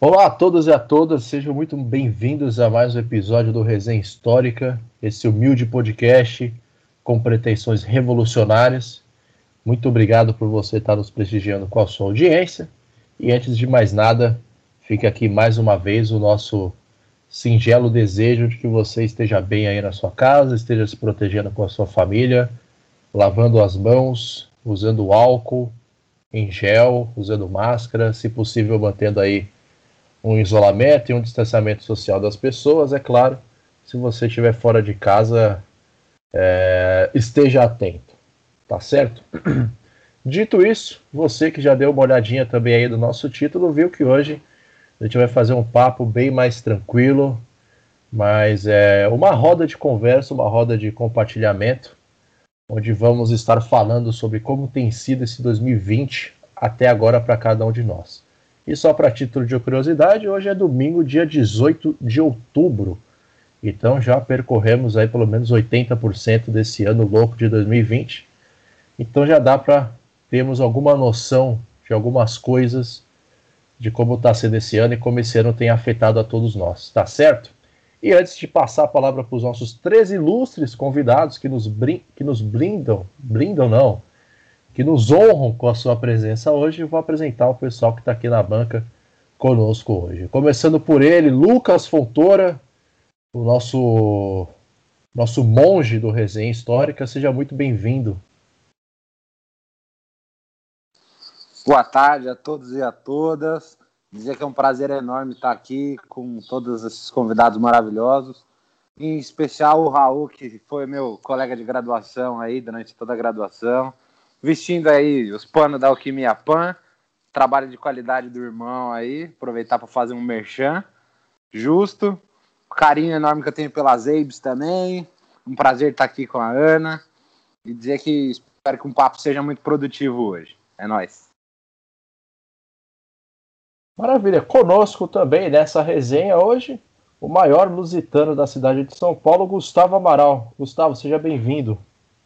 Olá a todos e a todas, sejam muito bem-vindos a mais um episódio do Resenha Histórica, esse humilde podcast com pretensões revolucionárias. Muito obrigado por você estar nos prestigiando com a sua audiência. E antes de mais nada, fica aqui mais uma vez o nosso singelo desejo de que você esteja bem aí na sua casa, esteja se protegendo com a sua família, lavando as mãos, usando álcool em gel, usando máscara, se possível mantendo aí um isolamento e um distanciamento social das pessoas, é claro. Se você estiver fora de casa, esteja atento, tá certo? Dito isso, você que já deu uma olhadinha também aí do nosso título, viu que hoje a gente vai fazer um papo bem mais tranquilo, mas é uma roda de conversa, uma roda de compartilhamento, onde vamos estar falando sobre como tem sido esse 2020 até agora para cada um de nós. E só para título de curiosidade, hoje é domingo, dia 18 de outubro. Então já percorremos aí pelo menos 80% desse ano louco de 2020. Então já dá para termos alguma noção de algumas coisas de como está sendo esse ano e como esse ano tem afetado a todos nós, tá certo? E antes de passar a palavra para os nossos 3 ilustres convidados que nos honram com a sua presença hoje, eu vou apresentar o pessoal que está aqui na banca conosco hoje. Começando por ele, Lucas Fontoura, o nosso monge do Resenha Histórica. Seja muito bem-vindo. Boa tarde a todos e a todas. Dizer que é um prazer enorme estar aqui com todos esses convidados maravilhosos. Em especial o Raul, que foi meu colega de graduação aí durante toda a graduação. Vestindo aí os panos da Alquimia Pan. Trabalho de qualidade do irmão aí. Aproveitar para fazer um merchan justo. O carinho enorme que eu tenho pelas Eibs também. Um prazer estar aqui com a Ana. E dizer que espero que um papo seja muito produtivo hoje. É nóis. Maravilha. Conosco também nessa resenha hoje, o maior lusitano da cidade de São Paulo, Gustavo Amaral. Gustavo, seja bem-vindo.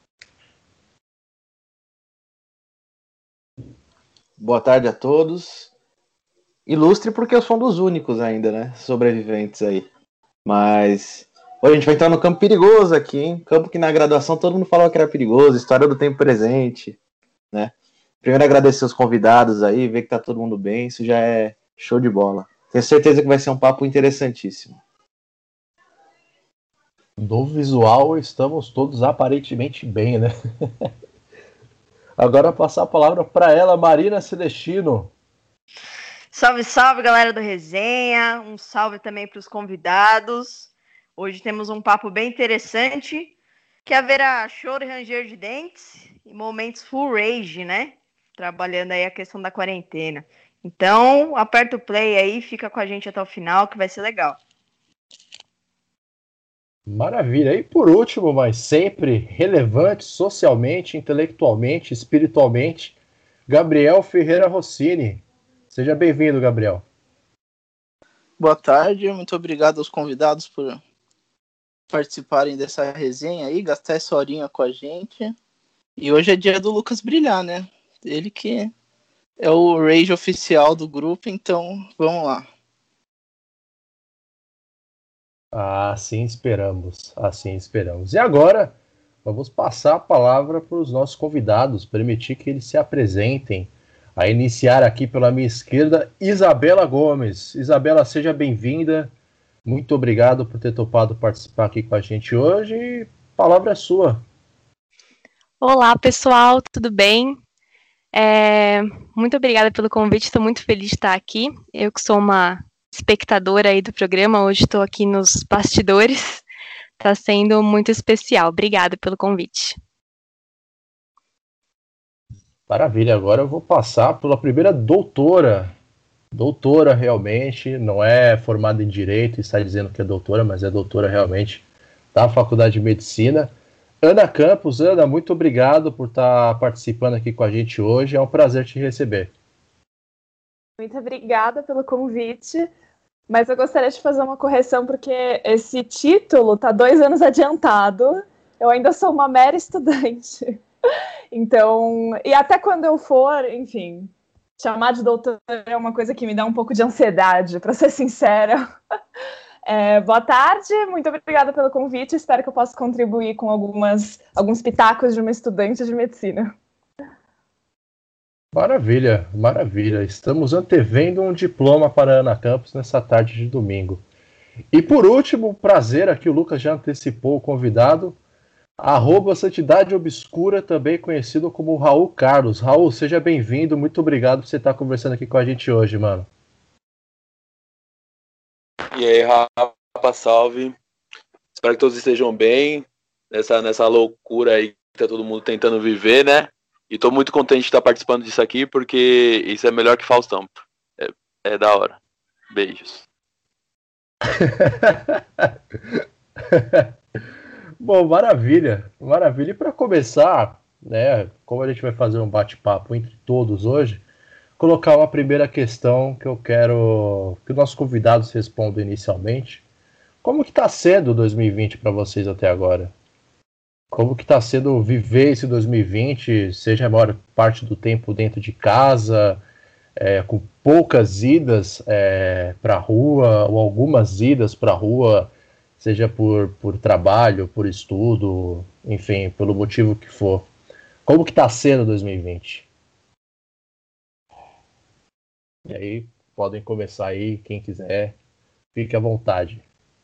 Boa tarde a todos. Ilustre porque eu sou um dos únicos ainda, né? Sobreviventes aí. Mas hoje a gente vai entrar no campo perigoso aqui, hein? Campo que na graduação todo mundo falava que era perigoso, história do tempo presente, né? Primeiro agradecer os convidados aí, ver que tá todo mundo bem, isso já é show de bola. Tenho certeza que vai ser um papo interessantíssimo. Do visual estamos todos aparentemente bem, né? Agora passar a palavra para ela, Marina Celestino. Salve, salve, galera do Resenha. Um salve também para os convidados. Hoje temos um papo bem interessante, que haverá choro e ranger de dentes e momentos full rage, né? Trabalhando aí a questão da quarentena. Então, aperta o play aí, fica com a gente até o final, que vai ser legal. Maravilha. E por último, mas sempre relevante socialmente, intelectualmente, espiritualmente, Gabriel Ferreira Rossini. Seja bem-vindo, Gabriel. Boa tarde, muito obrigado aos convidados por participarem dessa resenha aí, gastar essa horinha com a gente. E hoje é dia do Lucas brilhar, né? Ele que é o rage oficial do grupo, então vamos lá. Assim esperamos, assim esperamos. E agora, vamos passar a palavra para os nossos convidados, permitir que eles se apresentem. A iniciar aqui pela minha esquerda, Isabela Gomes. Isabela, seja bem-vinda. Muito obrigado por ter topado participar aqui com a gente hoje. A palavra é sua. Olá, pessoal, tudo bem? Muito obrigada pelo convite, estou muito feliz de estar aqui. Eu que sou uma espectadora aí do programa, hoje estou aqui nos bastidores. Está sendo muito especial. Obrigada pelo convite. Maravilha, agora eu vou passar pela primeira doutora. Doutora realmente, não é formada em Direito e está dizendo que é doutora, mas é doutora realmente da Faculdade de Medicina. Ana Campos. Ana, muito obrigado por estar participando aqui com a gente hoje, é um prazer te receber. Muito obrigada pelo convite, mas eu gostaria de fazer uma correção, porque esse título está 2 anos adiantado, eu ainda sou uma mera estudante. Então, e até quando eu for, enfim, chamar de doutora é uma coisa que me dá um pouco de ansiedade, para ser sincera. Boa tarde, muito obrigada pelo convite. Espero que eu possa contribuir com alguns pitacos de uma estudante de medicina. Maravilha, maravilha. Estamos antevendo um diploma para a Ana Campos nessa tarde de domingo. E por último, prazer, aqui o Lucas já antecipou o convidado, @Santidade Obscura, também conhecido como Raul Carlos. Raul, seja bem-vindo, muito obrigado por você estar conversando aqui com a gente hoje, mano. E aí, Rafa, salve. Espero que todos estejam bem nessa loucura aí que tá todo mundo tentando viver, né? E tô muito contente de estar participando disso aqui, porque isso é melhor que Faustão. É da hora. Beijos. Bom, maravilha, maravilha. E para começar, né, como a gente vai fazer um bate-papo entre todos hoje, colocar uma primeira questão que eu quero que os nossos convidados respondam inicialmente. Como que está sendo 2020 para vocês até agora? Como que está sendo viver esse 2020, seja a maior parte do tempo dentro de casa, com poucas idas para a rua, ou algumas idas para a rua, seja por trabalho, por estudo, enfim, pelo motivo que for. Como que está sendo 2020? E aí, podem começar aí, quem quiser, fique à vontade.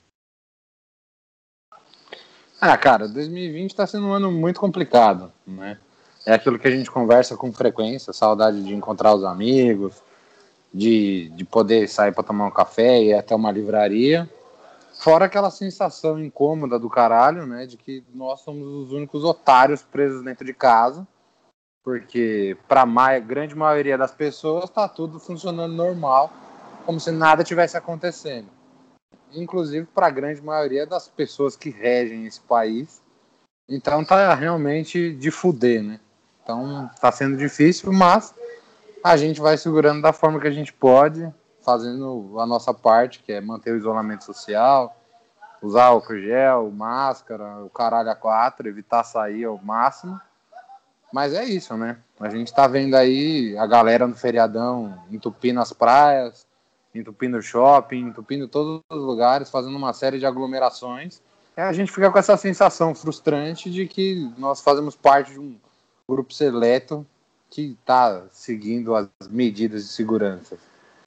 Cara, 2020 está sendo um ano muito complicado, né? É aquilo que a gente conversa com frequência, saudade de encontrar os amigos, de poder sair para tomar um café e ir até uma livraria. Fora aquela sensação incômoda do caralho, né? De que nós somos os únicos otários presos dentro de casa. Porque para a grande maioria das pessoas está tudo funcionando normal, como se nada tivesse acontecendo. Inclusive para a grande maioria das pessoas que regem esse país. Então tá realmente de fuder, né? Então tá sendo difícil, mas a gente vai segurando da forma que a gente pode, fazendo a nossa parte, que é manter o isolamento social, usar álcool gel, máscara, o caralho a 4, evitar sair ao máximo. Mas é isso, né? A gente tá vendo aí a galera no feriadão entupindo as praias, entupindo o shopping, entupindo todos os lugares, fazendo uma série de aglomerações. E a gente fica com essa sensação frustrante de que nós fazemos parte de um grupo seleto que tá seguindo as medidas de segurança.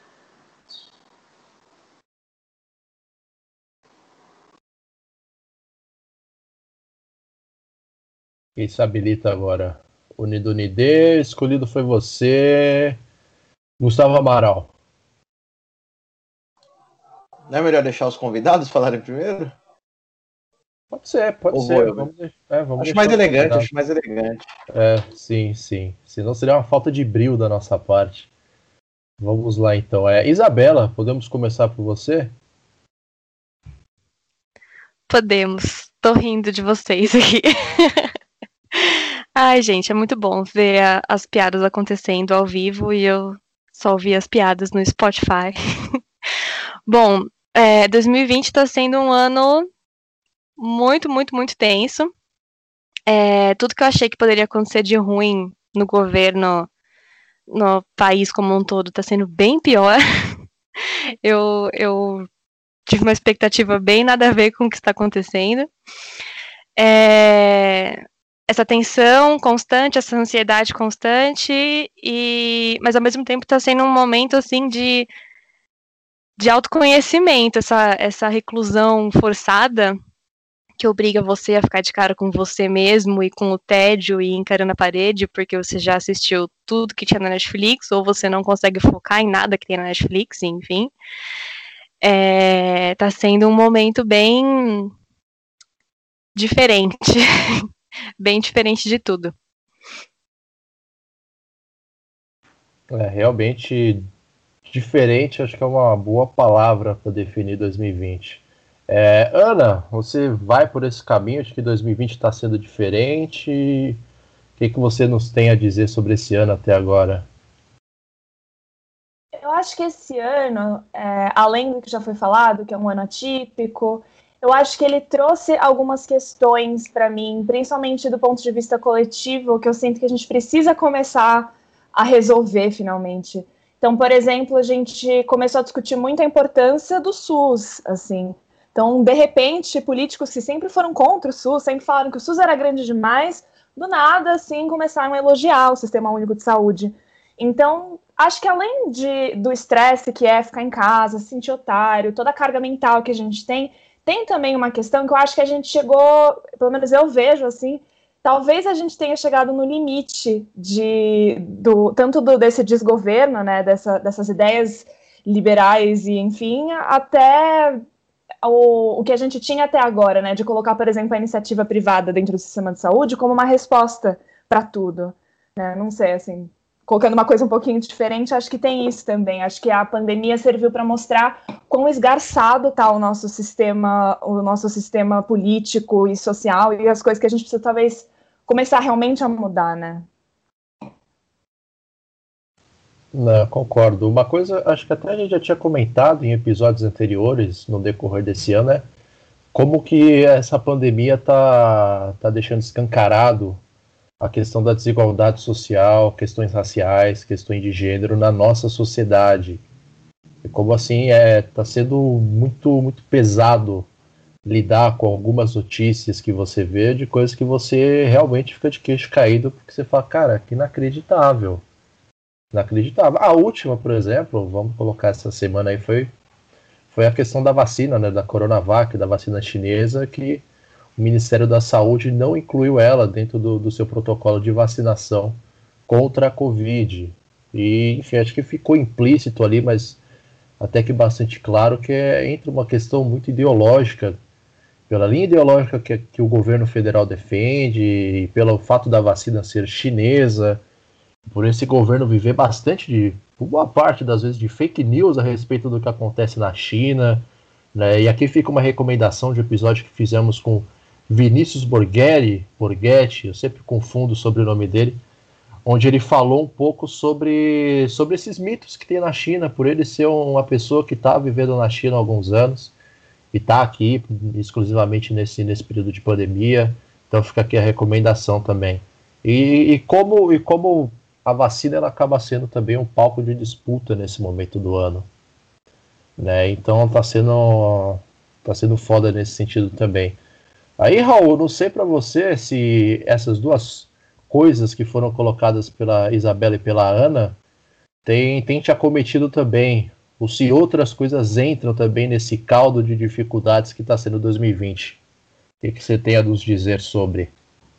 Quem se habilita agora? Unido Unidê, escolhido foi você, Gustavo Amaral. Não é melhor deixar os convidados falarem primeiro? Pode ser. Vamos acho mais elegante, Sim. Senão seria uma falta de brio da nossa parte. Vamos lá, então. Isabela, podemos começar por você? Podemos. Tô rindo de vocês aqui. Ai, gente, é muito bom ver as piadas acontecendo ao vivo e eu só ouvi as piadas no Spotify. Bom, 2020 tá sendo um ano muito, muito, muito tenso. Tudo que eu achei que poderia acontecer de ruim no governo, no país como um todo, tá sendo bem pior. Eu tive uma expectativa bem nada a ver com o que está acontecendo. Essa tensão constante, essa ansiedade constante, mas ao mesmo tempo está sendo um momento assim de autoconhecimento, essa reclusão forçada que obriga você a ficar de cara com você mesmo e com o tédio e encarando a parede, porque você já assistiu tudo que tinha na Netflix, ou você não consegue focar em nada que tem na Netflix, enfim. Tá sendo um momento bem diferente. Bem diferente de tudo. Realmente diferente, acho que é uma boa palavra para definir 2020. Ana, você vai por esse caminho? Acho que 2020 está sendo diferente. O que você nos tem a dizer sobre esse ano até agora? Eu acho que esse ano, além do que já foi falado, que é um ano atípico, eu acho que ele trouxe algumas questões para mim, principalmente do ponto de vista coletivo, que eu sinto que a gente precisa começar a resolver finalmente. Então, por exemplo, a gente começou a discutir muito a importância do SUS, assim. Então, de repente, políticos que sempre foram contra o SUS, sempre falaram que o SUS era grande demais, do nada, assim, começaram a elogiar o Sistema Único de Saúde. Então, acho que além do estresse que é ficar em casa, se sentir otário, toda a carga mental que a gente tem também uma questão que eu acho que a gente chegou, pelo menos eu vejo assim, talvez a gente tenha chegado no limite desse desgoverno, né, dessas ideias liberais e, enfim, até o que a gente tinha até agora, né, de colocar, por exemplo, a iniciativa privada dentro do sistema de saúde como uma resposta para tudo, né, não sei, assim, colocando uma coisa um pouquinho diferente, acho que tem isso também, acho que a pandemia serviu para mostrar quão esgarçado está o nosso sistema político e social e as coisas que a gente precisa talvez começar realmente a mudar, né? Não, concordo. Uma coisa, acho que até a gente já tinha comentado em episódios anteriores, no decorrer desse ano, é como que essa pandemia tá deixando escancarado a questão da desigualdade social, questões raciais, questões de gênero na nossa sociedade. E como assim tá sendo muito, muito pesado lidar com algumas notícias que você vê de coisas que você realmente fica de queixo caído, porque você fala, cara, que inacreditável. Inacreditável. A última, por exemplo, vamos colocar essa semana aí, foi a questão da vacina, né, da Coronavac, da vacina chinesa, que o Ministério da Saúde não incluiu ela dentro do seu protocolo de vacinação contra a Covid. E, enfim, acho que ficou implícito ali, mas até que bastante claro que é entre uma questão muito ideológica, pela linha ideológica que o governo federal defende, e pelo fato da vacina ser chinesa, por esse governo viver bastante por boa parte das vezes, de fake news a respeito do que acontece na China, né? E aqui fica uma recomendação de episódio que fizemos com Vinícius Borghetti, eu sempre confundo o sobrenome dele, onde ele falou um pouco sobre esses mitos que tem na China, por ele ser uma pessoa que está vivendo na China há alguns anos, e está aqui exclusivamente nesse período de pandemia. Então fica aqui a recomendação também. E como a vacina ela acaba sendo também um palco de disputa nesse momento do ano, né? Então está sendo foda nesse sentido também. Aí, Raul, não sei para você se essas duas coisas que foram colocadas pela Isabela e pela Ana tem te acometido também, ou se outras coisas entram também nesse caldo de dificuldades que está sendo 2020. O que você tem a nos dizer sobre?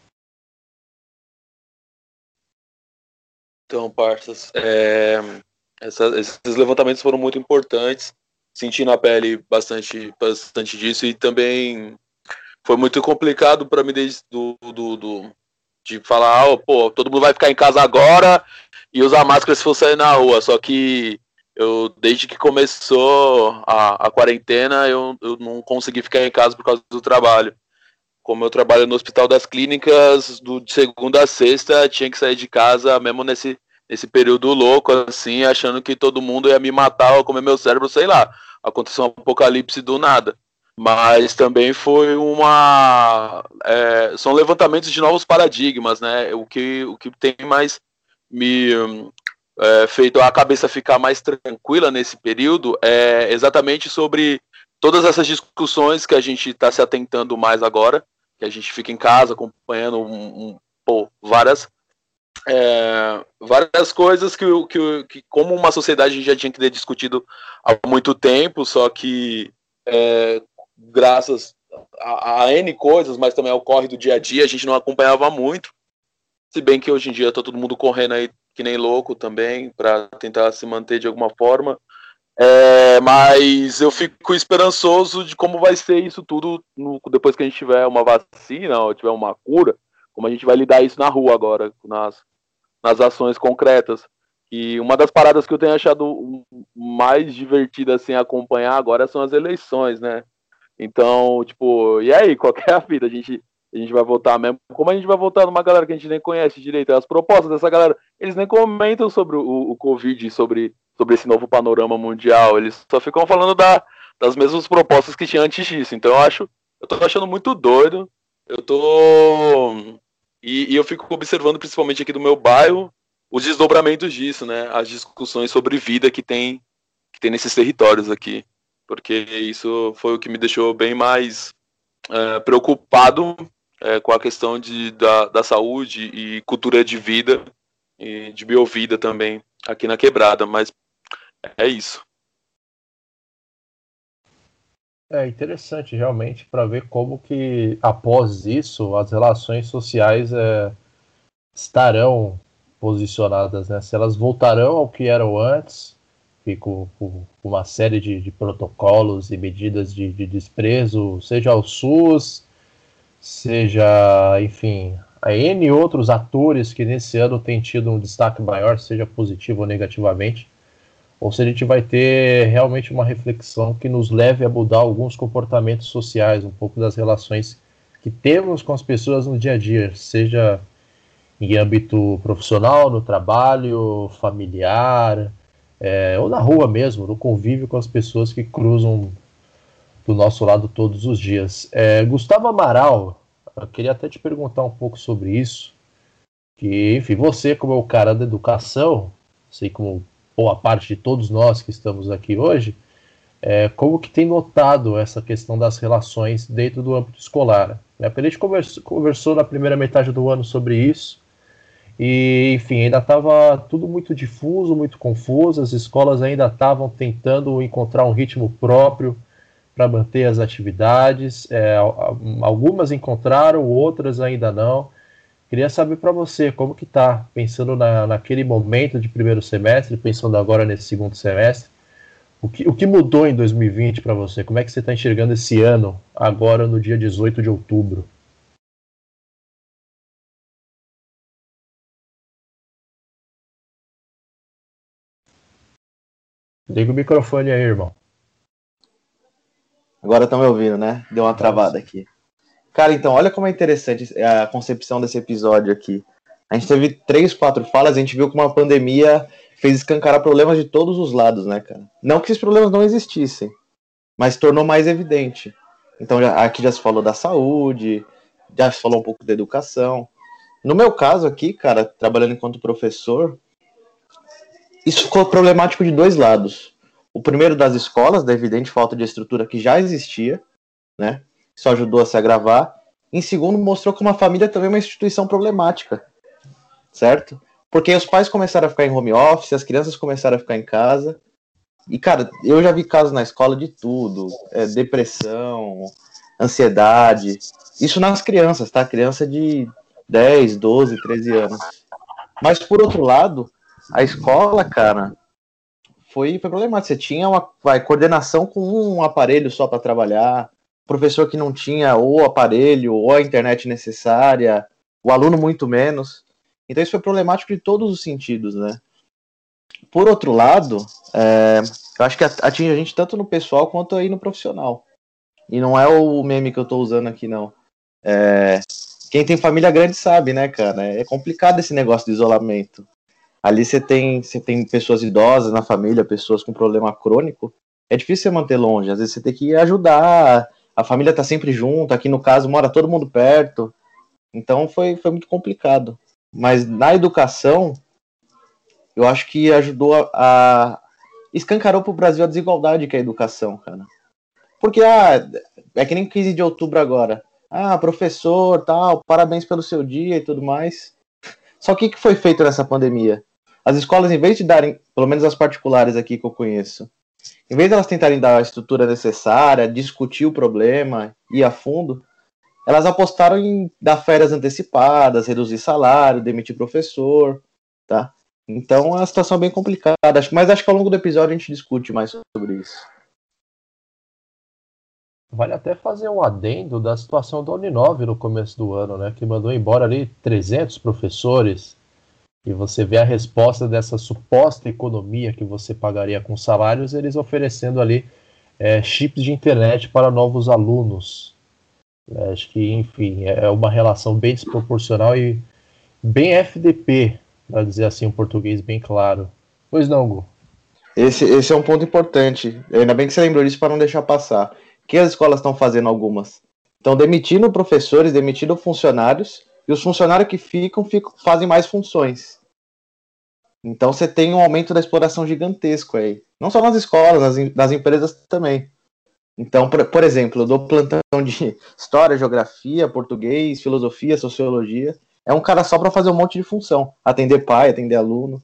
Então, parças, esses levantamentos foram muito importantes, senti na pele bastante disso, e também foi muito complicado para mim de falar, pô, todo mundo vai ficar em casa agora e usar máscara se for sair na rua. Só que desde que começou a quarentena, eu não consegui ficar em casa por causa do trabalho. Como eu trabalho no Hospital das Clínicas, de segunda a sexta, tinha que sair de casa, mesmo nesse período louco, assim, achando que todo mundo ia me matar ou comer meu cérebro, sei lá. Aconteceu um apocalipse do nada. Mas também foi são levantamentos de novos paradigmas, né? O que tem mais me feito a cabeça ficar mais tranquila nesse período é exatamente sobre todas essas discussões que a gente está se atentando mais agora, que a gente fica em casa acompanhando várias coisas que como uma sociedade a gente já tinha que ter discutido há muito tempo, só que graças a N coisas, mas também ao corre do dia a dia, a gente não acompanhava muito, se bem que hoje em dia tá todo mundo correndo aí que nem louco também, para tentar se manter de alguma forma, mas eu fico esperançoso de como vai ser isso tudo depois que a gente tiver uma vacina ou tiver uma cura, como a gente vai lidar isso na rua agora, nas ações concretas. E uma das paradas que eu tenho achado mais divertida assim, acompanhar agora são as eleições, né? Então, tipo, e aí, qual que é a vida? A gente vai votar mesmo? Como a gente vai votar numa galera que a gente nem conhece direito? As propostas dessa galera, eles nem comentam sobre o Covid, sobre esse novo panorama mundial. Eles só ficam falando das mesmas propostas que tinha antes disso. Então, eu tô achando muito doido. E eu fico observando, principalmente aqui do meu bairro, os desdobramentos disso, né? As discussões sobre vida que tem nesses territórios aqui. Porque isso foi o que me deixou bem mais preocupado com a questão da saúde e cultura de vida e de biovida também aqui na Quebrada, mas é isso. É interessante realmente para ver como que após isso as relações sociais estarão posicionadas, né? Se elas voltarão ao que eram antes, com uma série de protocolos e medidas de desprezo, seja ao SUS, seja, enfim, a N outros atores que nesse ano têm tido um destaque maior, seja positivo ou negativamente, ou se a gente vai ter realmente uma reflexão que nos leve a mudar alguns comportamentos sociais, um pouco das relações que temos com as pessoas no dia a dia, seja em âmbito profissional, no trabalho, familiar, ou na rua mesmo, no convívio com as pessoas que cruzam do nosso lado todos os dias. Gustavo Amaral, eu queria até te perguntar um pouco sobre isso, que, enfim, você como é o cara da educação, sei como boa parte de todos nós que estamos aqui hoje, como que tem notado essa questão das relações dentro do âmbito escolar, né? A gente conversou na primeira metade do ano sobre isso, e, enfim, ainda estava tudo muito difuso, muito confuso, as escolas ainda estavam tentando encontrar um ritmo próprio para manter as atividades, algumas encontraram, outras ainda não. Queria saber para você, como que está, pensando naquele momento de primeiro semestre, pensando agora nesse segundo semestre, o que mudou em 2020 para você? Como é que você está enxergando esse ano, agora no dia 18 de outubro? Liga o microfone aí, irmão. Agora estão me ouvindo, né? Deu uma travada aqui. Cara, então, olha como é interessante a concepção desse episódio aqui. A gente teve 3, 4 falas, a gente viu como a pandemia fez escancarar problemas de todos os lados, né, cara? Não que esses problemas não existissem, mas tornou mais evidente. Então, aqui já se falou da saúde, já se falou um pouco da educação. No meu caso aqui, cara, trabalhando enquanto professor, isso ficou problemático de 2 lados. O primeiro das escolas, da evidente falta de estrutura que já existia, né? Isso ajudou a se agravar. Em segundo, mostrou que uma família também é uma instituição problemática, certo? Porque os pais começaram a ficar em home office, as crianças começaram a ficar em casa. E, cara, eu já vi casos na escola de tudo. Depressão, ansiedade. Isso nas crianças, tá? Criança de 10, 12, 13 anos. Mas, por outro lado, a escola, cara, foi problemática. Você tinha uma coordenação com um aparelho só para trabalhar, professor que não tinha ou aparelho ou a internet necessária, o aluno muito menos. Então isso foi problemático de todos os sentidos, né? Por outro lado, eu acho que atinge a gente tanto no pessoal quanto aí no profissional. E não é o meme que eu tô usando aqui, não. Quem tem família grande sabe, né, cara? É complicado esse negócio de isolamento. Ali você tem pessoas idosas na família, pessoas com problema crônico. É difícil você manter longe. Às vezes você tem que ajudar. A família tá sempre junto. Aqui no caso mora todo mundo perto. Então foi muito complicado. Mas na educação, eu acho que ajudou escancarou pro Brasil a desigualdade que é a educação, cara. Porque é que nem 15 de outubro agora. Professor, tal, parabéns pelo seu dia e tudo mais. Só que o que foi feito nessa pandemia? As escolas, em vez de darem, pelo menos as particulares aqui que eu conheço, em vez de elas tentarem dar a estrutura necessária, discutir o problema, ir a fundo, elas apostaram em dar férias antecipadas, reduzir salário, demitir professor, tá? Então é uma situação bem complicada. Mas acho que ao longo do episódio a gente discute mais sobre isso. Vale até fazer um adendo da situação da Uninove no começo do ano, né? Que mandou embora ali 300 professores. E você vê a resposta dessa suposta economia que você pagaria com salários, eles oferecendo ali chips de internet para novos alunos. Acho que, enfim, é uma relação bem desproporcional e bem FDP, para dizer assim, um português bem claro. Pois não, Gu? Esse é um ponto importante. Ainda bem que você lembrou disso para não deixar passar. O que as escolas estão fazendo algumas? Estão demitindo professores, demitindo funcionários, e os funcionários que ficam fazem mais funções. Então você tem um aumento da exploração gigantesco aí. Não só nas escolas, nas empresas também. Então, por exemplo, eu dou plantão de história, geografia, português, filosofia, sociologia. É um cara só para fazer um monte de função. Atender pai, atender aluno.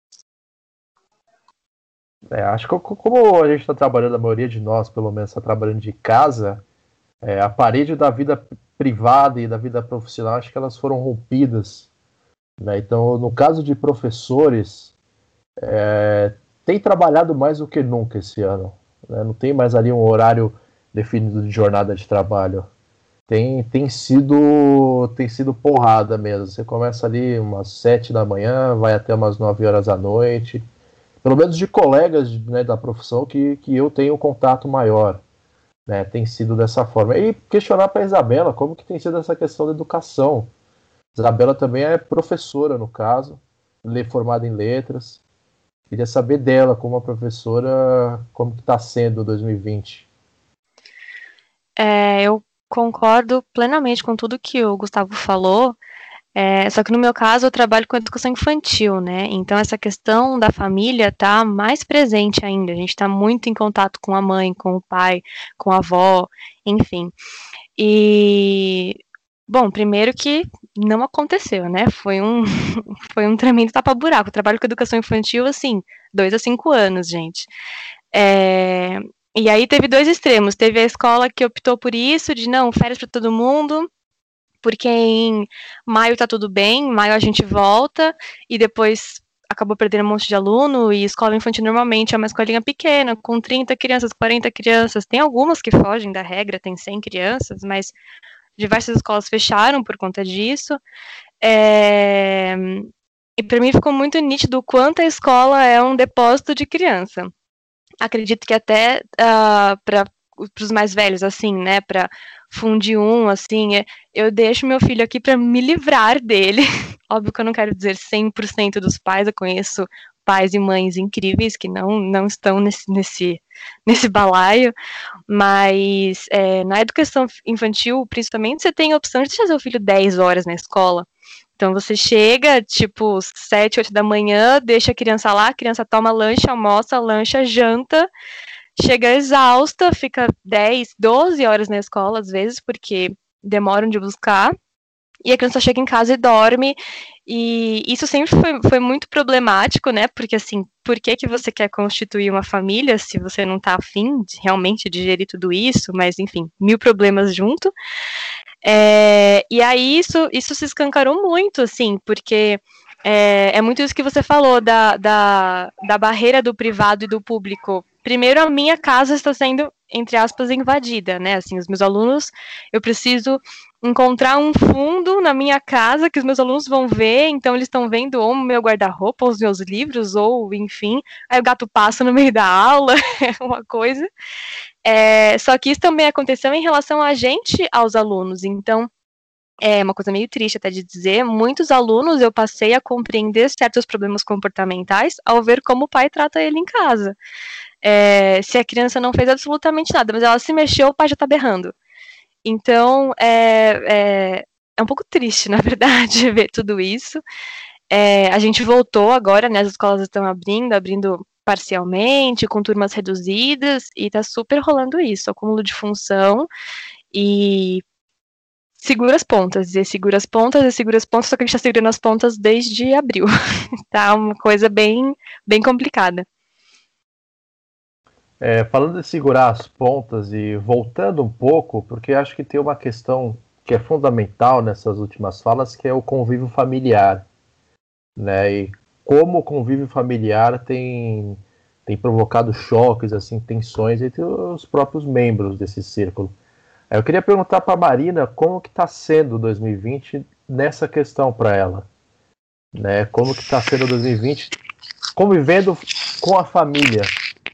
Acho que como a gente está trabalhando, a maioria de nós, pelo menos, está trabalhando de casa, a parede da vida privada e da vida profissional, acho que elas foram rompidas. Né? Então, no caso de professores, tem trabalhado mais do que nunca esse ano. Né? Não tem mais ali um horário definido de jornada de trabalho. Tem sido porrada mesmo. Você começa ali umas 7 da manhã, vai até umas 9 horas da noite. Pelo menos de colegas, né, da profissão que eu tenho contato maior. Né? Tem sido dessa forma. E questionar para a Isabela como que tem sido essa questão da educação. Isabela também é professora, no caso, formada em letras. Queria saber dela, como a professora, como que está sendo 2020. Eu concordo plenamente com tudo que o Gustavo falou, só que no meu caso eu trabalho com educação infantil, né? Então essa questão da família está mais presente ainda. A gente está muito em contato com a mãe, com o pai, com a avó, enfim. E, bom, primeiro que não aconteceu, né? Foi um tremendo tapa-buraco. Eu trabalho com educação infantil, assim, 2 a 5 anos, gente. E aí teve 2 extremos. Teve a escola que optou por isso, de não, férias para todo mundo, porque em maio tá tudo bem, em maio a gente volta, e depois acabou perdendo um monte de aluno, e escola infantil normalmente é uma escolinha pequena, com 30 crianças, 40 crianças. Tem algumas que fogem da regra, tem 100 crianças, mas diversas escolas fecharam por conta disso. E para mim ficou muito nítido o quanto a escola é um depósito de criança. Acredito que até para os mais velhos, assim, né, para fundir assim, eu deixo meu filho aqui para me livrar dele. Óbvio que eu não quero dizer 100% dos pais, eu conheço pais e mães incríveis que não estão nesse balaio, mas na educação infantil, principalmente, você tem a opção de deixar seu filho 10 horas na escola. Então você chega, tipo, 7, 8 da manhã, deixa a criança lá, a criança toma lanche, almoça, lancha, janta, chega exausta, fica 10, 12 horas na escola, às vezes, porque demoram de buscar, e a criança chega em casa e dorme, e isso sempre foi muito problemático, né, porque assim, por que você quer constituir uma família se você não tá afim realmente de gerir tudo isso, mas enfim, 1000 problemas junto. E aí isso se escancarou muito, assim, porque é muito isso que você falou da barreira do privado e do público. Primeiro, a minha casa está sendo, entre aspas, invadida, né? Assim, os meus alunos, eu preciso encontrar um fundo na minha casa que os meus alunos vão ver, então eles estão vendo ou o meu guarda-roupa, ou os meus livros, ou enfim, aí o gato passa no meio da aula, é uma coisa. Só que isso também aconteceu em relação a gente, aos alunos, então é uma coisa meio triste até de dizer, muitos alunos eu passei a compreender certos problemas comportamentais ao ver como o pai trata ele em casa. Se a criança não fez absolutamente nada, mas ela se mexeu, o pai já tá berrando. Então, é um pouco triste, na verdade, ver tudo isso. A gente voltou agora, né, as escolas estão abrindo parcialmente, com turmas reduzidas, e tá super rolando isso, acúmulo de função, e segura as pontas, só que a gente tá segurando as pontas desde abril. Tá uma coisa bem, bem complicada. Falando de segurar as pontas e voltando um pouco, porque acho que tem uma questão que é fundamental nessas últimas falas, que é o convívio familiar, né? E como o convívio familiar tem provocado choques, assim, tensões entre os próprios membros desse círculo. Eu queria perguntar para a Marina como que está sendo 2020 nessa questão para ela, né? Como que está sendo 2020 convivendo com a família.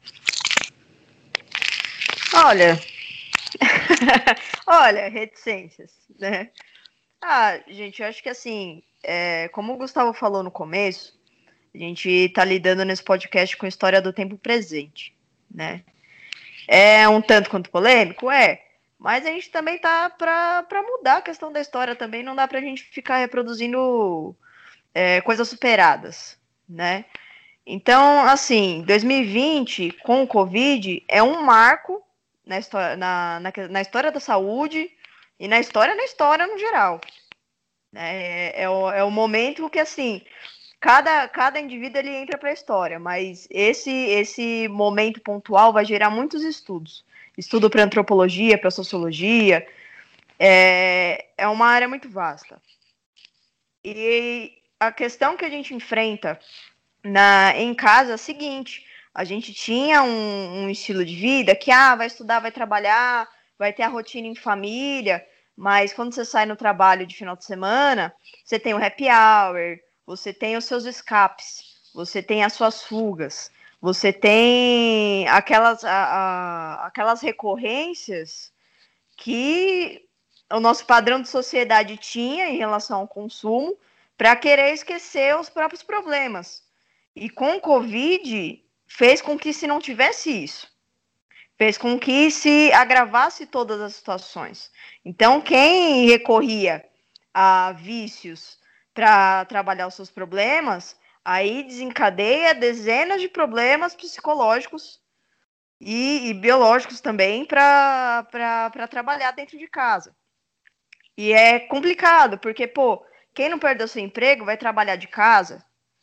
Olha, reticências, né? Gente, eu acho que assim, como o Gustavo falou no começo, a gente tá lidando nesse podcast com a história do tempo presente, né? É um tanto quanto polêmico, mas a gente também tá pra mudar a questão da história também, não dá pra gente ficar reproduzindo coisas superadas, né? Então, assim, 2020, com o Covid, é um marco na história da saúde e na história no geral. É o momento que, assim, cada indivíduo ele entra para a história, mas esse momento pontual vai gerar muitos estudos. Estudo para antropologia, para sociologia, é uma área muito vasta. E a questão que a gente enfrenta em casa é a seguinte: a gente tinha um estilo de vida que vai estudar, vai trabalhar, vai ter a rotina em família, mas quando você sai no trabalho de final de semana, você tem o happy hour, você tem os seus escapes, você tem as suas fugas, você tem aquelas recorrências que o nosso padrão de sociedade tinha em relação ao consumo para querer esquecer os próprios problemas. E com o Covid, fez com que se não tivesse isso. Fez com que se agravasse todas as situações. Então, quem recorria a vícios para trabalhar os seus problemas, aí desencadeia dezenas de problemas psicológicos e biológicos também para trabalhar dentro de casa. E é complicado, porque, quem não perdeu seu emprego vai trabalhar de casa,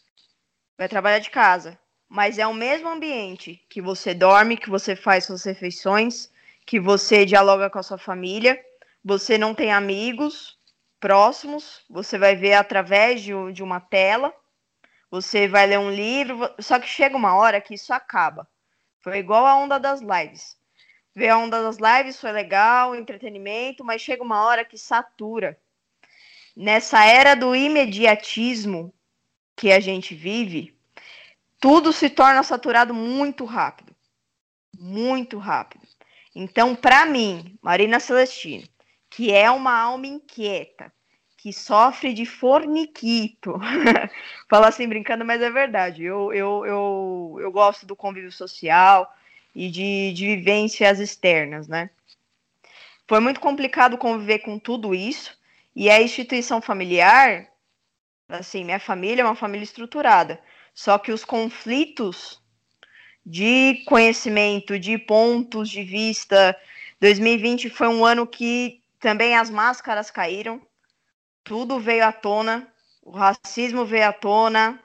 mas é o mesmo ambiente que você dorme, que você faz suas refeições, que você dialoga com a sua família, você não tem amigos próximos, você vai ver através de uma tela, você vai ler um livro, só que chega uma hora que isso acaba. Foi igual a onda das lives. Ver a onda das lives foi legal, entretenimento, mas chega uma hora que satura. Nessa era do imediatismo que a gente vive, tudo se torna saturado muito rápido. Muito rápido. Então, para mim, Marina Celestino, que é uma alma inquieta, que sofre de forniquito, falo assim brincando, mas é verdade. Eu gosto do convívio social e de vivências externas, né? Foi muito complicado conviver com tudo isso, e a instituição familiar, assim, minha família é uma família estruturada, só que os conflitos de conhecimento, de pontos de vista, 2020 foi um ano que também as máscaras caíram, tudo veio à tona, o racismo veio à tona,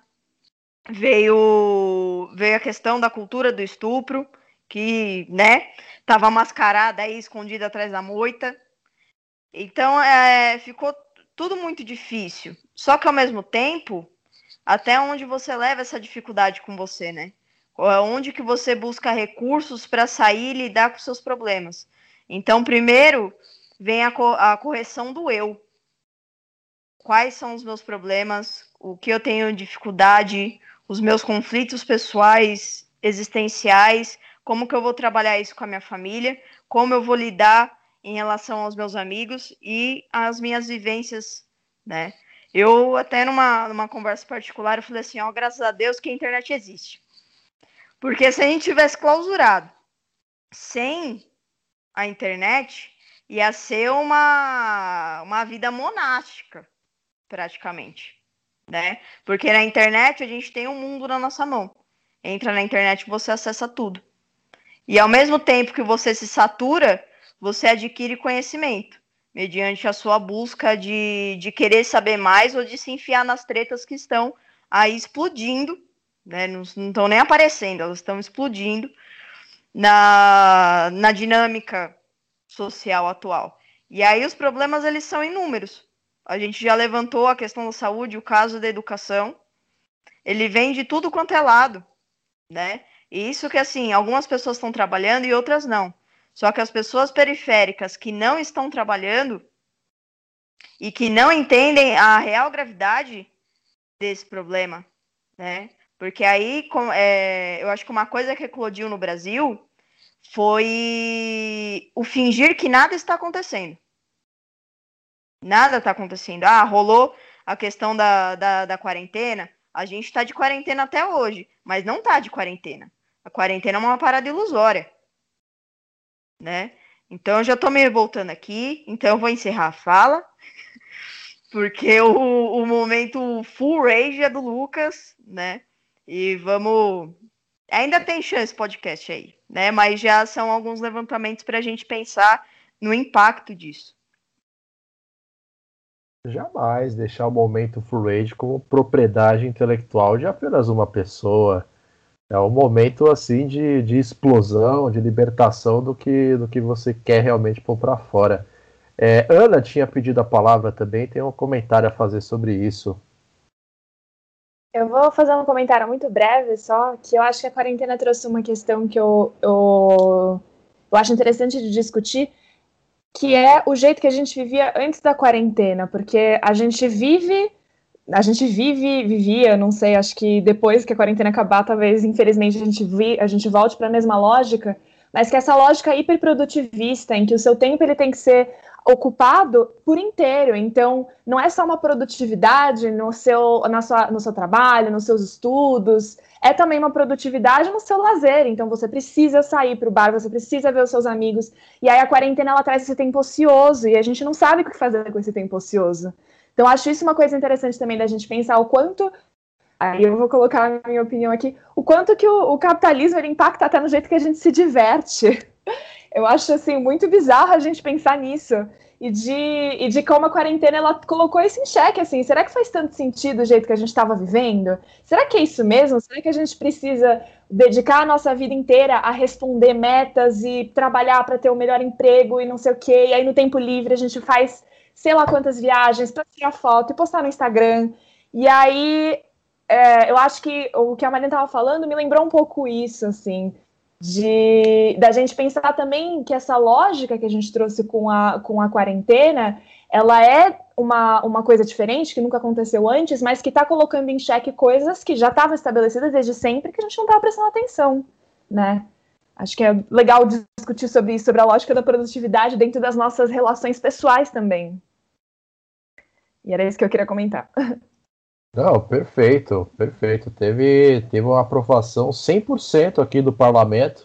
veio a questão da cultura do estupro, que, né, estava mascarada aí, escondida atrás da moita. Então, ficou tudo muito difícil. Só que, ao mesmo tempo, até onde você leva essa dificuldade com você, né? Onde que você busca recursos para sair e lidar com seus problemas. Então, primeiro, vem a correção do eu. Quais são os meus problemas? O que eu tenho dificuldade? Os meus conflitos pessoais, existenciais? Como que eu vou trabalhar isso com a minha família? Como eu vou lidar em relação aos meus amigos e às minhas vivências, né? Eu até numa conversa particular, eu falei assim, graças a Deus que a internet existe. Porque se a gente tivesse clausurado sem a internet, ia ser uma vida monástica, praticamente, né? Porque na internet a gente tem um mundo na nossa mão. Entra na internet e você acessa tudo. E ao mesmo tempo que você se satura, você adquire conhecimento, mediante a sua busca de querer saber mais ou de se enfiar nas tretas que estão aí explodindo, né? Não estão nem aparecendo, elas estão explodindo na dinâmica social atual. E aí os problemas, eles são inúmeros. A gente já levantou a questão da saúde, o caso da educação. Ele vem de tudo quanto é lado, né? E isso que, assim, algumas pessoas estão trabalhando e outras não. Só que as pessoas periféricas que não estão trabalhando e que não entendem a real gravidade desse problema, né? Porque aí, eu acho que uma coisa que eclodiu no Brasil foi o fingir que nada está acontecendo. Nada está acontecendo. Rolou a questão da quarentena. A gente está de quarentena até hoje, mas não está de quarentena. A quarentena é uma parada ilusória, né? Então, eu já estou me revoltando aqui, então eu vou encerrar a fala, porque o momento full rage é do Lucas, né? E vamos... Ainda tem chance podcast aí, né? Mas já são alguns levantamentos para a gente pensar no impacto disso. Jamais deixar o momento Full Rage como propriedade intelectual de apenas uma pessoa. É um momento assim de explosão, de libertação do que você quer realmente pôr para fora. Ana tinha pedido a palavra também, tem um comentário a fazer sobre isso. Eu vou fazer um comentário muito breve só, que eu acho que a quarentena trouxe uma questão que eu acho interessante de discutir, que é o jeito que a gente vivia antes da quarentena, porque a gente vivia, não sei, acho que depois que a quarentena acabar, talvez, infelizmente, a gente volte para a mesma lógica, mas que essa lógica hiperprodutivista, em que o seu tempo ele tem que ser ocupado por inteiro, então não é só uma produtividade no seu trabalho, nos seus estudos, é também uma produtividade no seu lazer, então você precisa sair para o bar, você precisa ver os seus amigos, e aí a quarentena ela traz esse tempo ocioso, e a gente não sabe o que fazer com esse tempo ocioso. Então acho isso uma coisa interessante também da gente pensar o quanto, aí eu vou colocar a minha opinião aqui, o quanto que o capitalismo ele impacta até no jeito que a gente se diverte. Eu acho, assim, muito bizarro a gente pensar nisso. E de como a quarentena, ela colocou isso em xeque, assim. Será que faz tanto sentido o jeito que a gente estava vivendo? Será que é isso mesmo? Será que a gente precisa dedicar a nossa vida inteira a responder metas e trabalhar para ter o melhor emprego e não sei o quê? E aí, no tempo livre, a gente faz sei lá quantas viagens para tirar foto e postar no Instagram. E aí, eu acho que o que a Marina estava falando me lembrou um pouco isso, assim, da gente pensar também que essa lógica que a gente trouxe com a quarentena, ela é uma coisa diferente, que nunca aconteceu antes, mas que está colocando em xeque coisas que já estavam estabelecidas desde sempre, que a gente não estava prestando atenção, né? Acho que é legal discutir sobre isso, sobre a lógica da produtividade dentro das nossas relações pessoais também. E era isso que eu queria comentar. Não, perfeito. Teve uma aprovação 100% aqui do parlamento.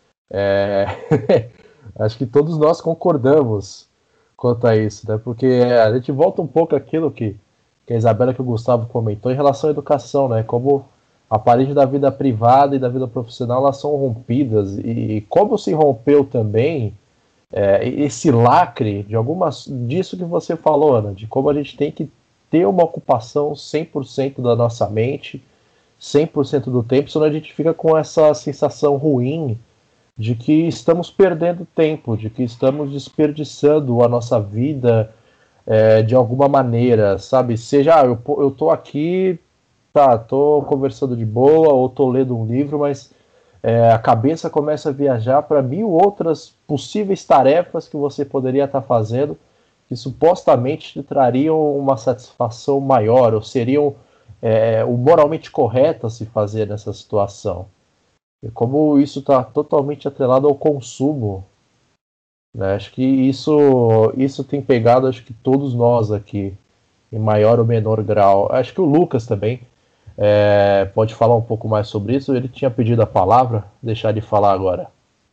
Acho que todos nós concordamos quanto a isso, né? Porque a gente volta um pouco àquilo que a Isabela, que o Gustavo comentou em relação à educação, né? Como a parede da vida privada e da vida profissional, elas são rompidas, e como se rompeu também esse lacre disso que você falou, Ana, de como a gente tem que ter uma ocupação 100% da nossa mente, 100% do tempo, senão a gente fica com essa sensação ruim de que estamos perdendo tempo, de que estamos desperdiçando a nossa vida de alguma maneira, sabe? Seja, eu tô aqui, tô conversando de boa, ou tô lendo um livro, mas a cabeça começa a viajar para 1000 outras possíveis tarefas que você poderia estar fazendo, que supostamente te trariam uma satisfação maior, ou seriam o moralmente correto a se fazer nessa situação. E como isso está totalmente atrelado ao consumo, né? Acho que isso tem pegado, acho que todos nós aqui, em maior ou menor grau. Acho que o Lucas também pode falar um pouco mais sobre isso. Ele tinha pedido a palavra, deixar de falar agora.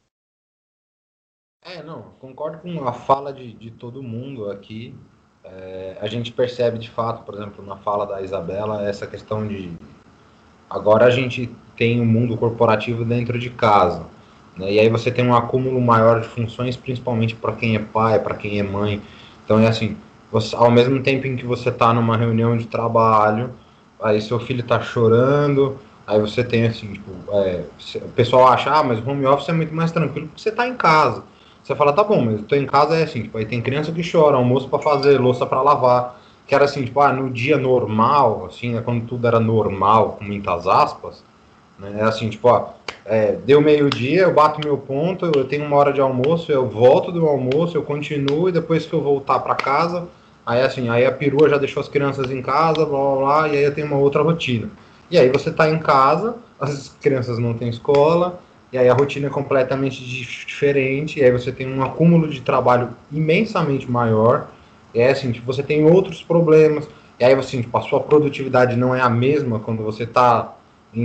Não, concordo com a fala de todo mundo aqui. A gente percebe de fato, por exemplo, na fala da Isabela, essa questão de agora a gente tem um mundo corporativo dentro de casa, né? E aí você tem um acúmulo maior de funções, principalmente para quem é pai, para quem é mãe. Então é assim, ao mesmo tempo em que você está numa reunião de trabalho, aí seu filho está chorando, aí você tem assim, tipo, o pessoal acha, mas o home office é muito mais tranquilo porque você está em casa. Você fala, tá bom, mas eu tô em casa, assim, tipo, aí tem criança que chora, almoço pra fazer, louça pra lavar, que era assim, tipo, no dia normal, assim, né, quando tudo era normal, com muitas aspas, né, assim, tipo, deu meio-dia, eu bato meu ponto, eu tenho 1 hora de almoço, eu volto do almoço, eu continuo, e depois que eu voltar pra casa, aí assim, aí a perua já deixou as crianças em casa, blá, blá, blá, e aí eu tenho uma outra rotina. E aí você tá em casa, as crianças não têm escola, e aí a rotina é completamente diferente, e aí você tem um acúmulo de trabalho imensamente maior, e aí assim, tipo, você tem outros problemas, e aí assim, tipo, a sua produtividade não é a mesma quando você está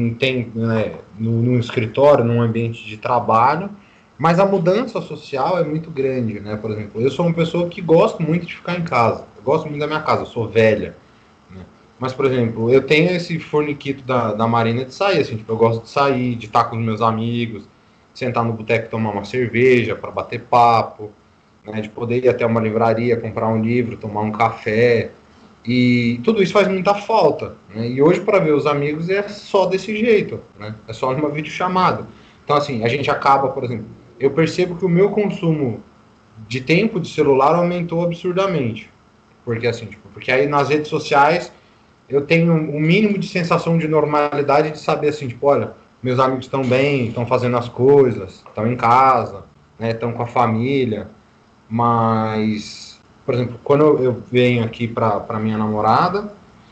num escritório, num ambiente de trabalho, mas a mudança social é muito grande, né? Por exemplo, eu sou uma pessoa que gosto muito de ficar em casa, eu gosto muito da minha casa, eu sou velha, né? Mas, por exemplo, eu tenho esse forniquito da Marina de sair, assim, tipo, eu gosto de sair, de estar com os meus amigos, sentar no boteco e tomar uma cerveja para bater papo, né, de poder ir até uma livraria, comprar um livro, tomar um café, e tudo isso faz muita falta, né? E hoje para ver os amigos é só desse jeito, né? É só numa videochamada. Então, assim, a gente acaba, por exemplo, eu percebo que o meu consumo de tempo de celular aumentou absurdamente, porque assim, tipo, porque aí nas redes sociais eu tenho um mínimo de sensação de normalidade de saber assim, tipo, olha, meus amigos estão bem, estão fazendo as coisas, estão em casa, né, estão com a família, mas, por exemplo, quando eu venho aqui para minha namorada,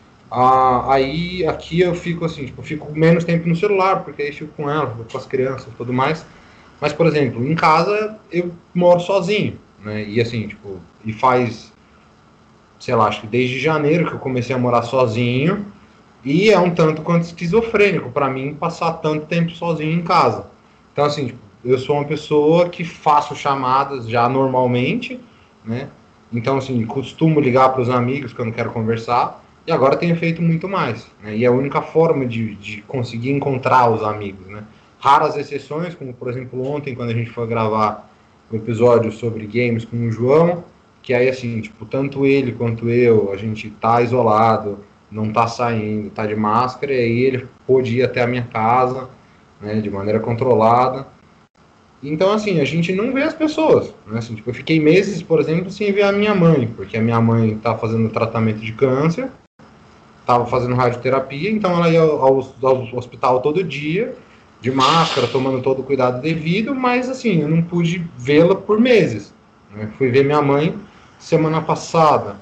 aí aqui eu fico assim, tipo, fico menos tempo no celular, porque aí fico com ela, fico com as crianças e tudo mais, mas, por exemplo, em casa eu moro sozinho, né, e assim, tipo, e faz, sei lá, acho que desde janeiro que eu comecei a morar sozinho, e é um tanto quanto esquizofrênico para mim passar tanto tempo sozinho em casa. Então, assim, tipo, eu sou uma pessoa que faço chamadas já normalmente, né? Então, assim, costumo ligar para os amigos que eu não quero conversar, e agora tenho feito muito mais, né? E é a única forma de conseguir encontrar os amigos, né? Raras exceções, como, por exemplo, ontem, quando a gente foi gravar um episódio sobre games com o João, que aí, assim, tipo, tanto ele quanto eu, a gente tá isolado, não tá saindo, tá de máscara, e aí ele pôde ir até a minha casa, né, de maneira controlada. Então, assim, a gente não vê as pessoas, né, assim, tipo, eu fiquei meses, por exemplo, sem ver a minha mãe, porque a minha mãe tá fazendo tratamento de câncer, tava fazendo radioterapia, então ela ia ao hospital todo dia, de máscara, tomando todo o cuidado devido, mas, assim, eu não pude vê-la por meses, né, fui ver minha mãe semana passada.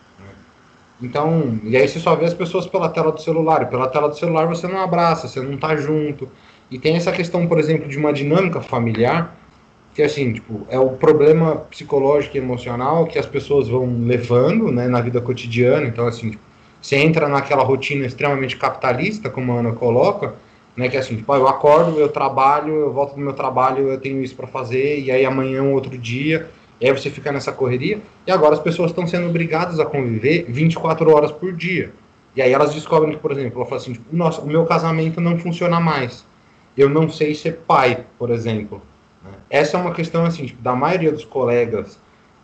Então, e aí você só vê as pessoas pela tela do celular, e pela tela do celular você não abraça, você não tá junto. E tem essa questão, por exemplo, de uma dinâmica familiar, que assim, tipo, é o problema psicológico e emocional que as pessoas vão levando, né, na vida cotidiana. Então, assim, tipo, você entra naquela rotina extremamente capitalista, como a Ana coloca, né, que é assim, tipo, eu acordo, eu trabalho, eu volto do meu trabalho, eu tenho isso para fazer, e aí amanhã é um outro dia. E aí você fica nessa correria, e agora as pessoas estão sendo obrigadas a conviver 24 horas por dia. E aí elas descobrem que, por exemplo, ela fala assim, tipo, nossa, o meu casamento não funciona mais. Eu não sei ser pai, por exemplo. Essa é uma questão, assim, tipo, da maioria dos colegas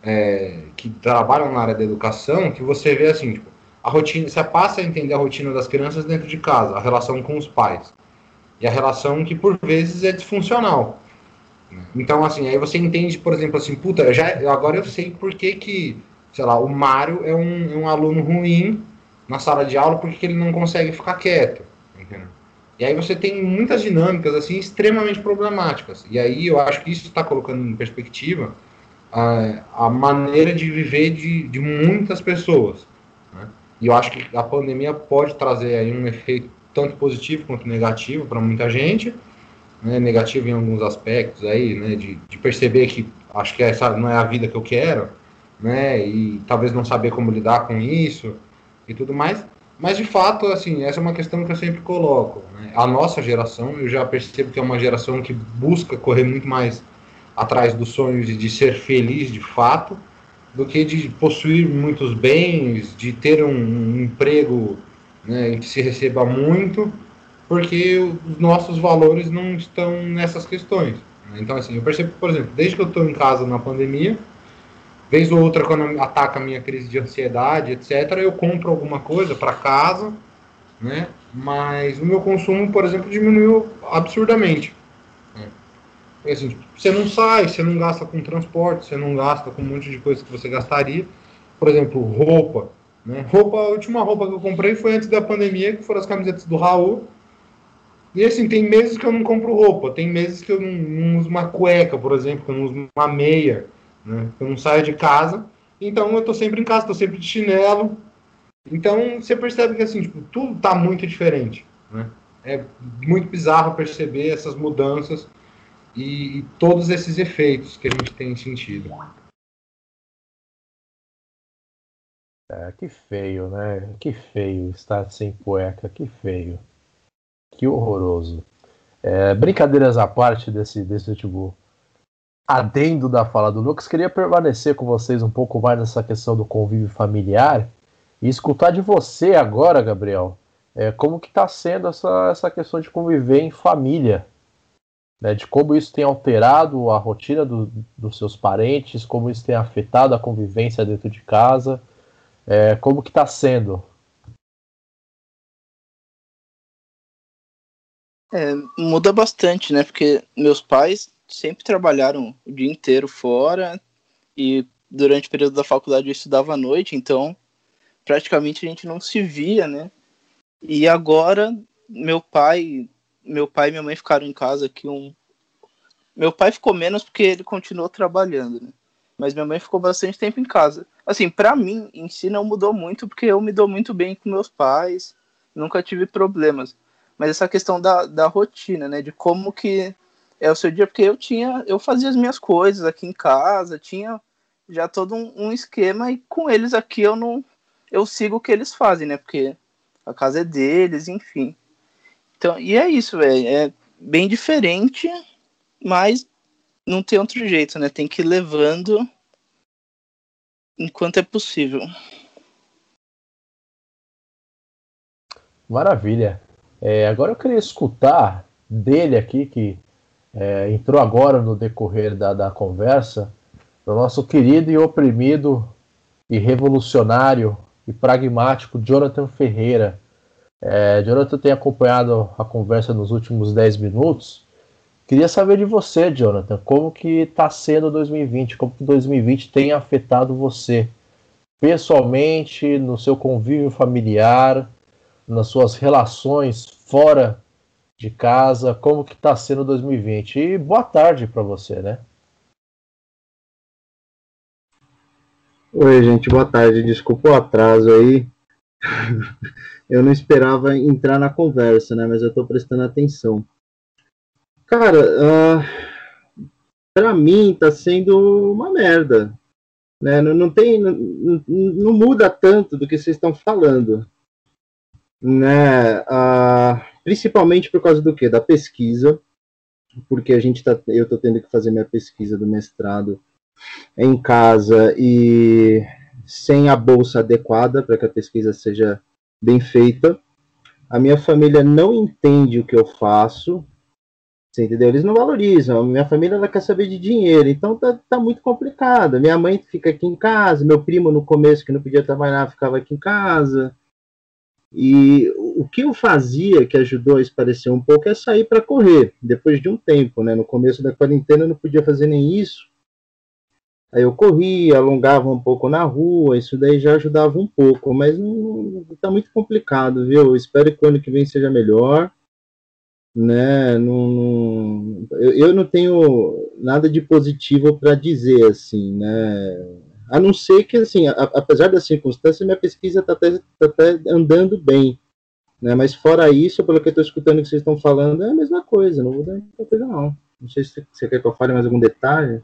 que trabalham na área da educação, que você vê, assim, tipo, a rotina, você passa a entender a rotina das crianças dentro de casa, a relação com os pais. E a relação que, por vezes, é disfuncional. Então, assim, aí você entende, por exemplo, assim, puta, agora eu sei por que, sei lá, o Mário é um aluno ruim na sala de aula porque ele não consegue ficar quieto, entendeu? E aí você tem muitas dinâmicas, assim, extremamente problemáticas. E aí eu acho que isso está colocando em perspectiva a maneira de viver de muitas pessoas, né? E eu acho que a pandemia pode trazer aí um efeito tanto positivo quanto negativo para muita gente, né, negativo em alguns aspectos aí, né, de perceber que acho que essa não é a vida que eu quero, né, e talvez não saber como lidar com isso e tudo mais, mas de fato, assim, essa é uma questão que eu sempre coloco, né? A nossa geração, eu já percebo que é uma geração que busca correr muito mais atrás dos sonhos de ser feliz de fato, do que de possuir muitos bens, de ter um emprego, né, em que se receba muito, porque os nossos valores não estão nessas questões. Então, assim, eu percebo, por exemplo, desde que eu estou em casa na pandemia, vez ou outra, quando ataca a minha crise de ansiedade, etc., eu compro alguma coisa para casa, né? Mas o meu consumo, por exemplo, diminuiu absurdamente. Né? Porque, assim, você não sai, você não gasta com transporte, você não gasta com um monte de coisa que você gastaria. Por exemplo, roupa. Né? A última roupa que eu comprei foi antes da pandemia, que foram as camisetas do Raul. E assim, tem meses que eu não compro roupa, tem meses que eu não uso uma cueca, por exemplo, que eu não uso uma meia, né? Eu não saio de casa, então eu tô sempre em casa, tô sempre de chinelo. Então você percebe que assim, tipo, tudo tá muito diferente, né? É muito bizarro perceber essas mudanças e todos esses efeitos que a gente tem sentido. Que feio, né? Que feio estar sem cueca, que feio. Que horroroso. Brincadeiras à parte desse tipo adendo da fala do Lucas, queria permanecer com vocês um pouco mais nessa questão do convívio familiar E escutar de você agora, Gabriel, como que está sendo essa questão de conviver em família, né, de como isso tem alterado a rotina dos seus parentes, como isso tem afetado a convivência dentro de casa, como que está sendo? Muda bastante, né? Porque meus pais sempre trabalharam o dia inteiro fora e durante o período da faculdade eu estudava à noite, então praticamente a gente não se via, né? E agora meu pai e minha mãe ficaram em casa aqui Meu pai ficou menos porque ele continuou trabalhando, né? Mas minha mãe ficou bastante tempo em casa. Assim, pra mim, em si não mudou muito, porque eu me dou muito bem com meus pais, nunca tive problemas. Mas essa questão da rotina, né? De como que é o seu dia, porque eu fazia as minhas coisas aqui em casa, tinha já todo um esquema, e com eles aqui eu sigo o que eles fazem, né? Porque a casa é deles, enfim. Então, e é isso, velho. É bem diferente, mas não tem outro jeito, né? Tem que ir levando enquanto é possível. Maravilha. Agora eu queria escutar dele aqui, que entrou agora no decorrer da conversa, do nosso querido e oprimido e revolucionário e pragmático Jonathan Ferreira. Jonathan tem acompanhado a conversa nos últimos 10 minutos. Queria saber de você, Jonathan, como que está sendo 2020, como que 2020 tem afetado você, pessoalmente, no seu convívio familiar, nas suas relações fora de casa, como que está sendo 2020? E boa tarde para você, né? Oi, gente, boa tarde. Desculpa o atraso aí. Eu não esperava entrar na conversa, né? Mas eu estou prestando atenção. Cara, pra mim tá sendo uma merda, né? Não muda tanto do que vocês estão falando, né? Principalmente por causa do quê? Da pesquisa, porque eu tô tendo que fazer minha pesquisa do mestrado em casa e sem a bolsa adequada para que a pesquisa seja bem feita. A minha família não entende o que eu faço. Você entendeu? Eles não valorizam. Minha família ela quer saber de dinheiro, então tá muito complicado. Minha mãe fica aqui em casa, meu primo no começo que não podia trabalhar ficava aqui em casa. E o que eu fazia, que ajudou a esparecer um pouco, é sair para correr, depois de um tempo, né? No começo da quarentena eu não podia fazer nem isso. Aí eu corria, alongava um pouco na rua, isso daí já ajudava um pouco, mas não tá muito complicado, viu? Eu espero que o ano que vem seja melhor. Né, eu não tenho nada de positivo para dizer, assim, né, a não ser que, assim, apesar das circunstâncias, minha pesquisa está até andando bem, né, mas fora isso, pelo que eu estou escutando que vocês estão falando, é a mesma coisa, não muda muita coisa não. Não sei se você quer que eu fale mais algum detalhe.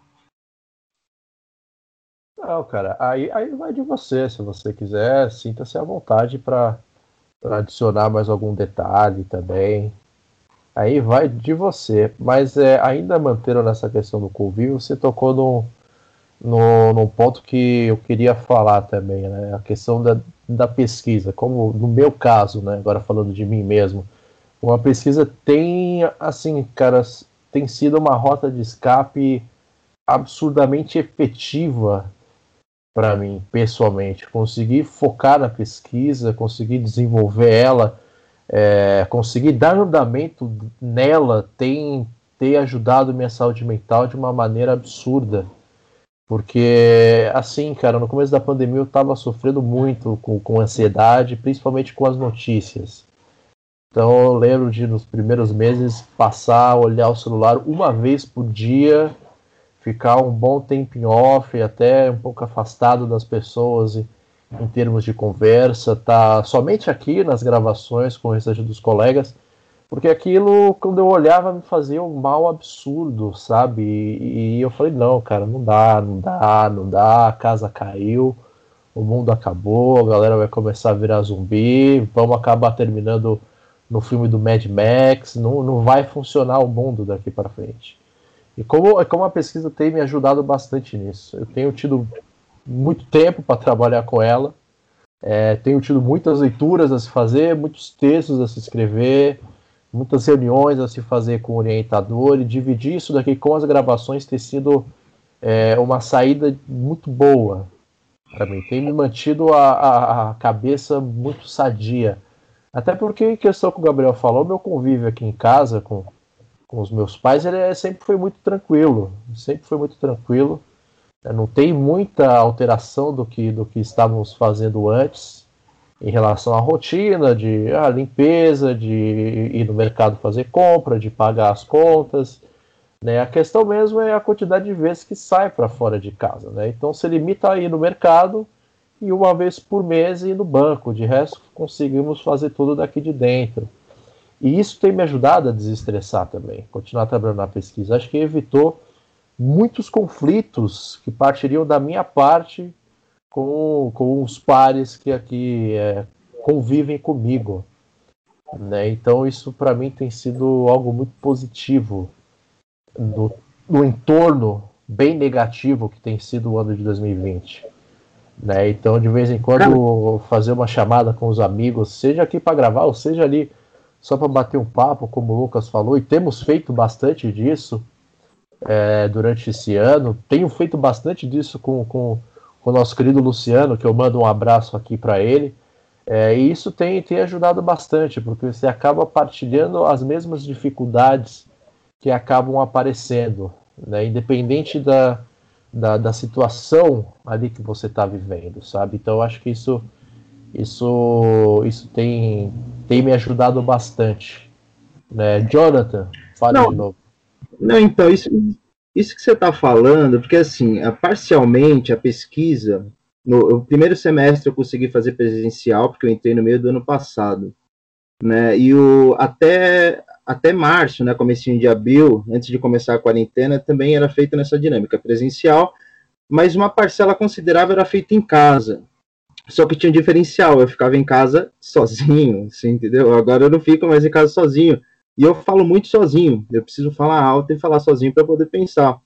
Não, cara, aí vai de você, se você quiser, sinta-se à vontade para adicionar mais algum detalhe também. Aí vai de você, mas ainda mantendo nessa questão do convívio, você tocou num ponto que eu queria falar também, né? A questão da pesquisa, como no meu caso, né? Agora falando de mim mesmo, uma pesquisa tem, assim, cara, tem sido uma rota de escape absurdamente efetiva para mim, pessoalmente. Conseguir focar na pesquisa, conseguir desenvolver ela, conseguir dar andamento nela tem ajudado minha saúde mental de uma maneira absurda, porque assim, cara, no começo da pandemia eu estava sofrendo muito com ansiedade, principalmente com as notícias. Então eu lembro de nos primeiros meses passar, olhar o celular uma vez por dia, ficar um bom tempo em off, até um pouco afastado das pessoas em termos de conversa, tá somente aqui nas gravações com o restante dos colegas, porque aquilo, quando eu olhava, me fazia um mal absurdo, sabe? E eu falei, não, cara, não dá, a casa caiu, o mundo acabou, a galera vai começar a virar zumbi, vamos acabar terminando no filme do Mad Max, não vai funcionar o mundo daqui para frente. E como a pesquisa tem me ajudado bastante nisso, eu tenho tido muito tempo para trabalhar com ela, Tenho tido muitas leituras a se fazer, muitos textos a se escrever, muitas reuniões a se fazer com o orientador, e dividir isso daqui com as gravações tem sido uma saída muito boa para mim. Tem me mantido a cabeça muito sadia. Até porque, em questão que o Gabriel falou, meu convívio aqui em casa com os meus pais, ele sempre foi muito tranquilo. Não tem muita alteração do que estávamos fazendo antes em relação à rotina de limpeza, de ir no mercado fazer compra, de pagar as contas, né? A questão mesmo é a quantidade de vezes que sai para fora de casa, né? Então se limita a ir no mercado e uma vez por mês ir no banco. De resto, conseguimos fazer tudo daqui de dentro. E isso tem me ajudado a desestressar também, continuar trabalhando na pesquisa. Acho que evitou muitos conflitos que partiriam da minha parte com os pares que aqui convivem comigo, né? Então isso para mim tem sido algo muito positivo no entorno bem negativo que tem sido o ano de 2020, né? Então de vez em quando fazer uma chamada com os amigos, seja aqui para gravar ou seja ali só para bater um papo, como o Lucas falou, e temos feito bastante disso durante esse ano. Tenho feito bastante disso com o nosso querido Luciano, que eu mando um abraço aqui para ele, e isso tem ajudado bastante, porque você acaba partilhando as mesmas dificuldades que acabam aparecendo, né, independente da situação ali que você está vivendo, sabe? Então eu acho que isso tem me ajudado bastante, né? Jonathan, fale de novo. Não, então, isso que você está falando, porque assim, parcialmente a pesquisa, no primeiro semestre eu consegui fazer presencial, porque eu entrei no meio do ano passado, né, e até março, né, comecinho de abril, antes de começar a quarentena, também era feita nessa dinâmica presencial, mas uma parcela considerável era feita em casa, só que tinha um diferencial, eu ficava em casa sozinho, assim, entendeu? Agora eu não fico mais em casa sozinho. E eu falo muito sozinho, eu preciso falar alto e falar sozinho para poder pensar.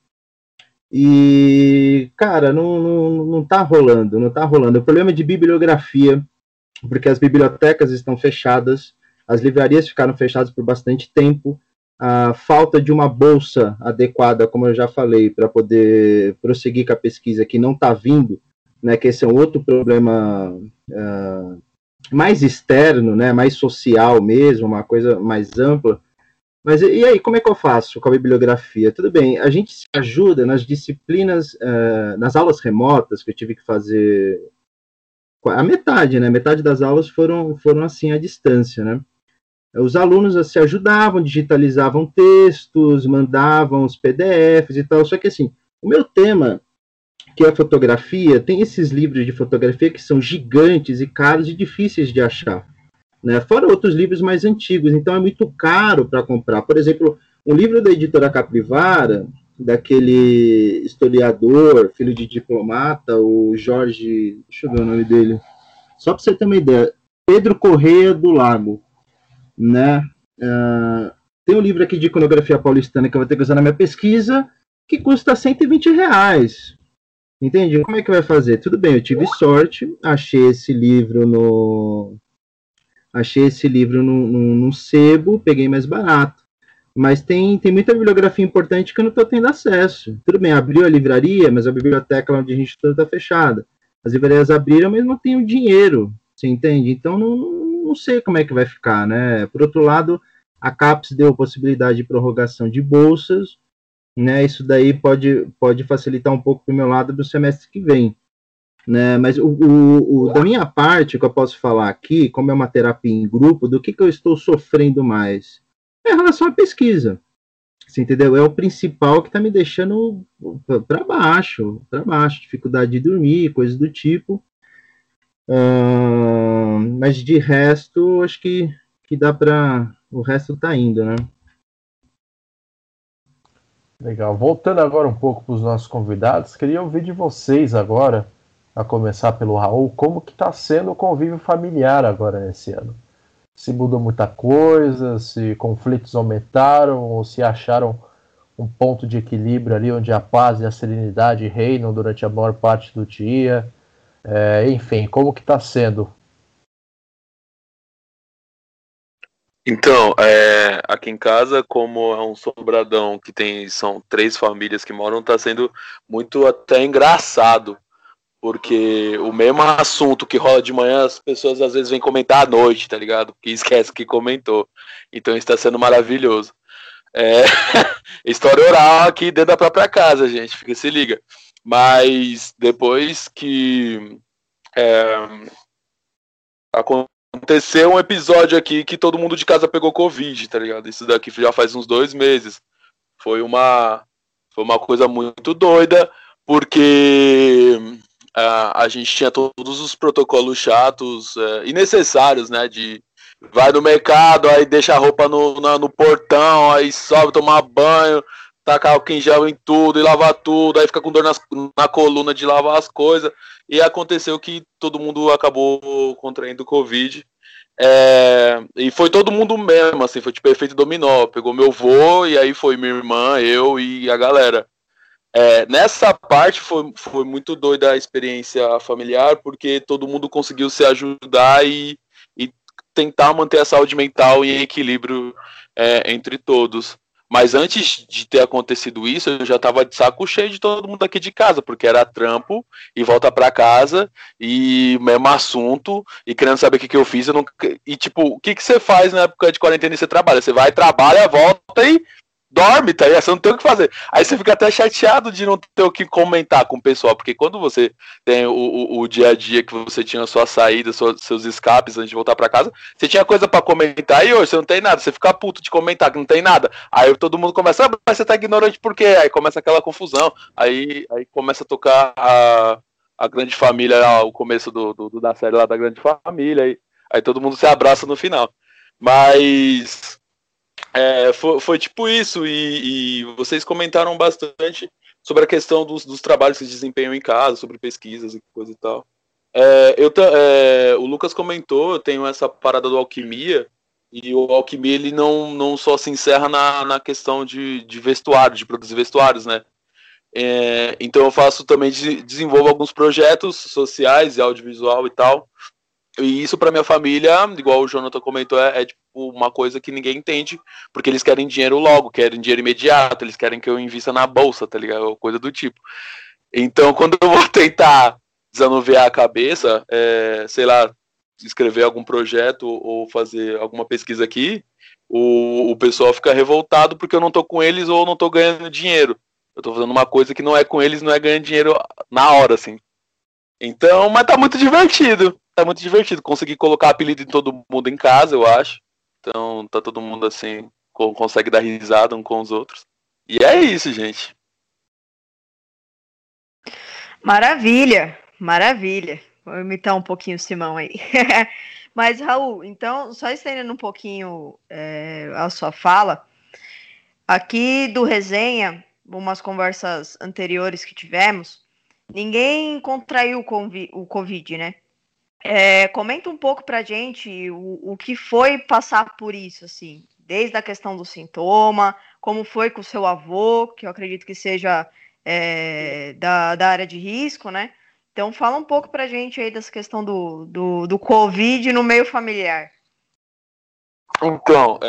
E, cara, não tá rolando. O problema é de bibliografia, porque as bibliotecas estão fechadas, as livrarias ficaram fechadas por bastante tempo, a falta de uma bolsa adequada, como eu já falei, para poder prosseguir com a pesquisa, que não está vindo, né, que esse é um outro problema mais externo, né, mais social mesmo, uma coisa mais ampla. Mas e aí, como é que eu faço com a bibliografia? Tudo bem, a gente se ajuda nas disciplinas, nas aulas remotas, que eu tive que fazer a metade, né? Metade das aulas foram assim à distância, né? Os alunos se ajudavam, digitalizavam textos, mandavam os PDFs e tal. Só que assim, o meu tema, que é fotografia, tem esses livros de fotografia que são gigantes e caros e difíceis de achar, né? Fora outros livros mais antigos, então é muito caro para comprar. Por exemplo, um livro da editora Capivara, daquele historiador, filho de diplomata, o Jorge, deixa eu ver o nome dele, só para você ter uma ideia, Pedro Correia do Lago, né? Tem um livro aqui de iconografia paulistana que eu vou ter que usar na minha pesquisa, que custa R$120. Entende? Como é que vai fazer? Tudo bem, eu tive sorte, achei esse livro num sebo, peguei mais barato. Mas tem muita bibliografia importante que eu não estou tendo acesso. Tudo bem, abriu a livraria, mas a biblioteca onde a gente está fechada. As livrarias abriram, mas não tem o dinheiro, você entende? Então não sei como é que vai ficar, né? Por outro lado, a CAPES deu possibilidade de prorrogação de bolsas, né? Isso daí pode facilitar um pouco para o meu lado do semestre que vem, né? Mas da minha parte, que eu posso falar aqui, como é uma terapia em grupo, do que eu estou sofrendo mais? É em relação à pesquisa, você entendeu? É o principal que está me deixando para baixo, dificuldade de dormir, coisas do tipo. Mas de resto, acho que dá para... O resto tá indo, né? Legal. Voltando agora um pouco para os nossos convidados, queria ouvir de vocês agora, a começar pelo Raul, como que está sendo o convívio familiar agora nesse ano? Se mudou muita coisa, se conflitos aumentaram, ou se acharam um ponto de equilíbrio ali onde a paz e a serenidade reinam durante a maior parte do dia? Enfim, como que está sendo? Então, aqui em casa, como é um sobradão que são 3 famílias que moram, tá sendo muito até engraçado, porque o mesmo assunto que rola de manhã, as pessoas às vezes vêm comentar à noite, tá ligado? Porque esquece que comentou. Então isso tá sendo maravilhoso. História oral aqui dentro da própria casa, gente, fica se liga. Mas depois que aconteceu um episódio aqui que todo mundo de casa pegou Covid, tá ligado? Isso daqui já faz uns 2 meses. Foi uma coisa muito doida, porque a gente tinha todos os protocolos chatos e necessários, né? De vai no mercado, aí deixa a roupa no portão, aí sobe tomar banho, tacar álcool em gel em tudo e lavar tudo, aí fica com dor na coluna de lavar as coisas. E aconteceu que todo mundo acabou contraindo Covid. E foi todo mundo mesmo, assim, foi tipo efeito dominó. Pegou meu vô, e aí foi minha irmã, eu e a galera. Nessa parte foi muito doida a experiência familiar, porque todo mundo conseguiu se ajudar e tentar manter a saúde mental em equilíbrio entre todos. Mas antes de ter acontecido isso, eu já tava de saco cheio de todo mundo aqui de casa, porque era trampo e volta pra casa e mesmo assunto e querendo saber o que eu fiz. E tipo, o que você faz na época de quarentena e você trabalha? Você vai, trabalha, volta e dorme, tá aí? Você não tem o que fazer. Aí você fica até chateado de não ter o que comentar com o pessoal, porque quando você tem o dia a dia que você tinha sua saída, seus escapes antes de voltar pra casa, você tinha coisa pra comentar e hoje você não tem nada, você fica puto de comentar que não tem nada. Aí todo mundo começa, mas você tá ignorante por quê? Aí começa aquela confusão, aí começa a tocar a Grande Família, o começo da série lá da Grande Família, aí todo mundo se abraça no final. Mas foi tipo isso, e vocês comentaram bastante sobre a questão dos trabalhos que se desempenham em casa, sobre pesquisas e coisa e tal. O Lucas comentou, eu tenho essa parada do Alquimia, e o Alquimia ele não só se encerra na questão de vestuário, de produzir vestuários, né? Então eu faço também, desenvolvo alguns projetos sociais e audiovisual e tal. E isso pra minha família, igual o Jonathan comentou, tipo uma coisa que ninguém entende, porque eles querem dinheiro logo, querem dinheiro imediato, eles querem que eu invista na bolsa, tá ligado? Coisa do tipo. Então, quando eu vou tentar desanuviar a cabeça, sei lá, escrever algum projeto ou fazer alguma pesquisa aqui, o pessoal fica revoltado porque eu não tô com eles ou não tô ganhando dinheiro. Eu tô fazendo uma coisa que não é com eles, não é ganhando dinheiro na hora, assim. Então, mas tá muito divertido. Tá muito divertido. Consegui colocar apelido em todo mundo em casa, eu acho. Então, tá todo mundo assim, consegue dar risada um com os outros. E é isso, gente. Maravilha, maravilha. Vou imitar um pouquinho o Simão aí. Mas, Raul, então, só estendendo um pouquinho a sua fala, aqui do Resenha, umas conversas anteriores que tivemos, ninguém contraiu o Covid, né? Comenta um pouco pra gente o que foi passar por isso, assim, desde a questão do sintoma, como foi com o seu avô, que eu acredito que seja da área de risco, né? Então fala um pouco pra gente aí dessa questão do Covid no meio familiar. Então,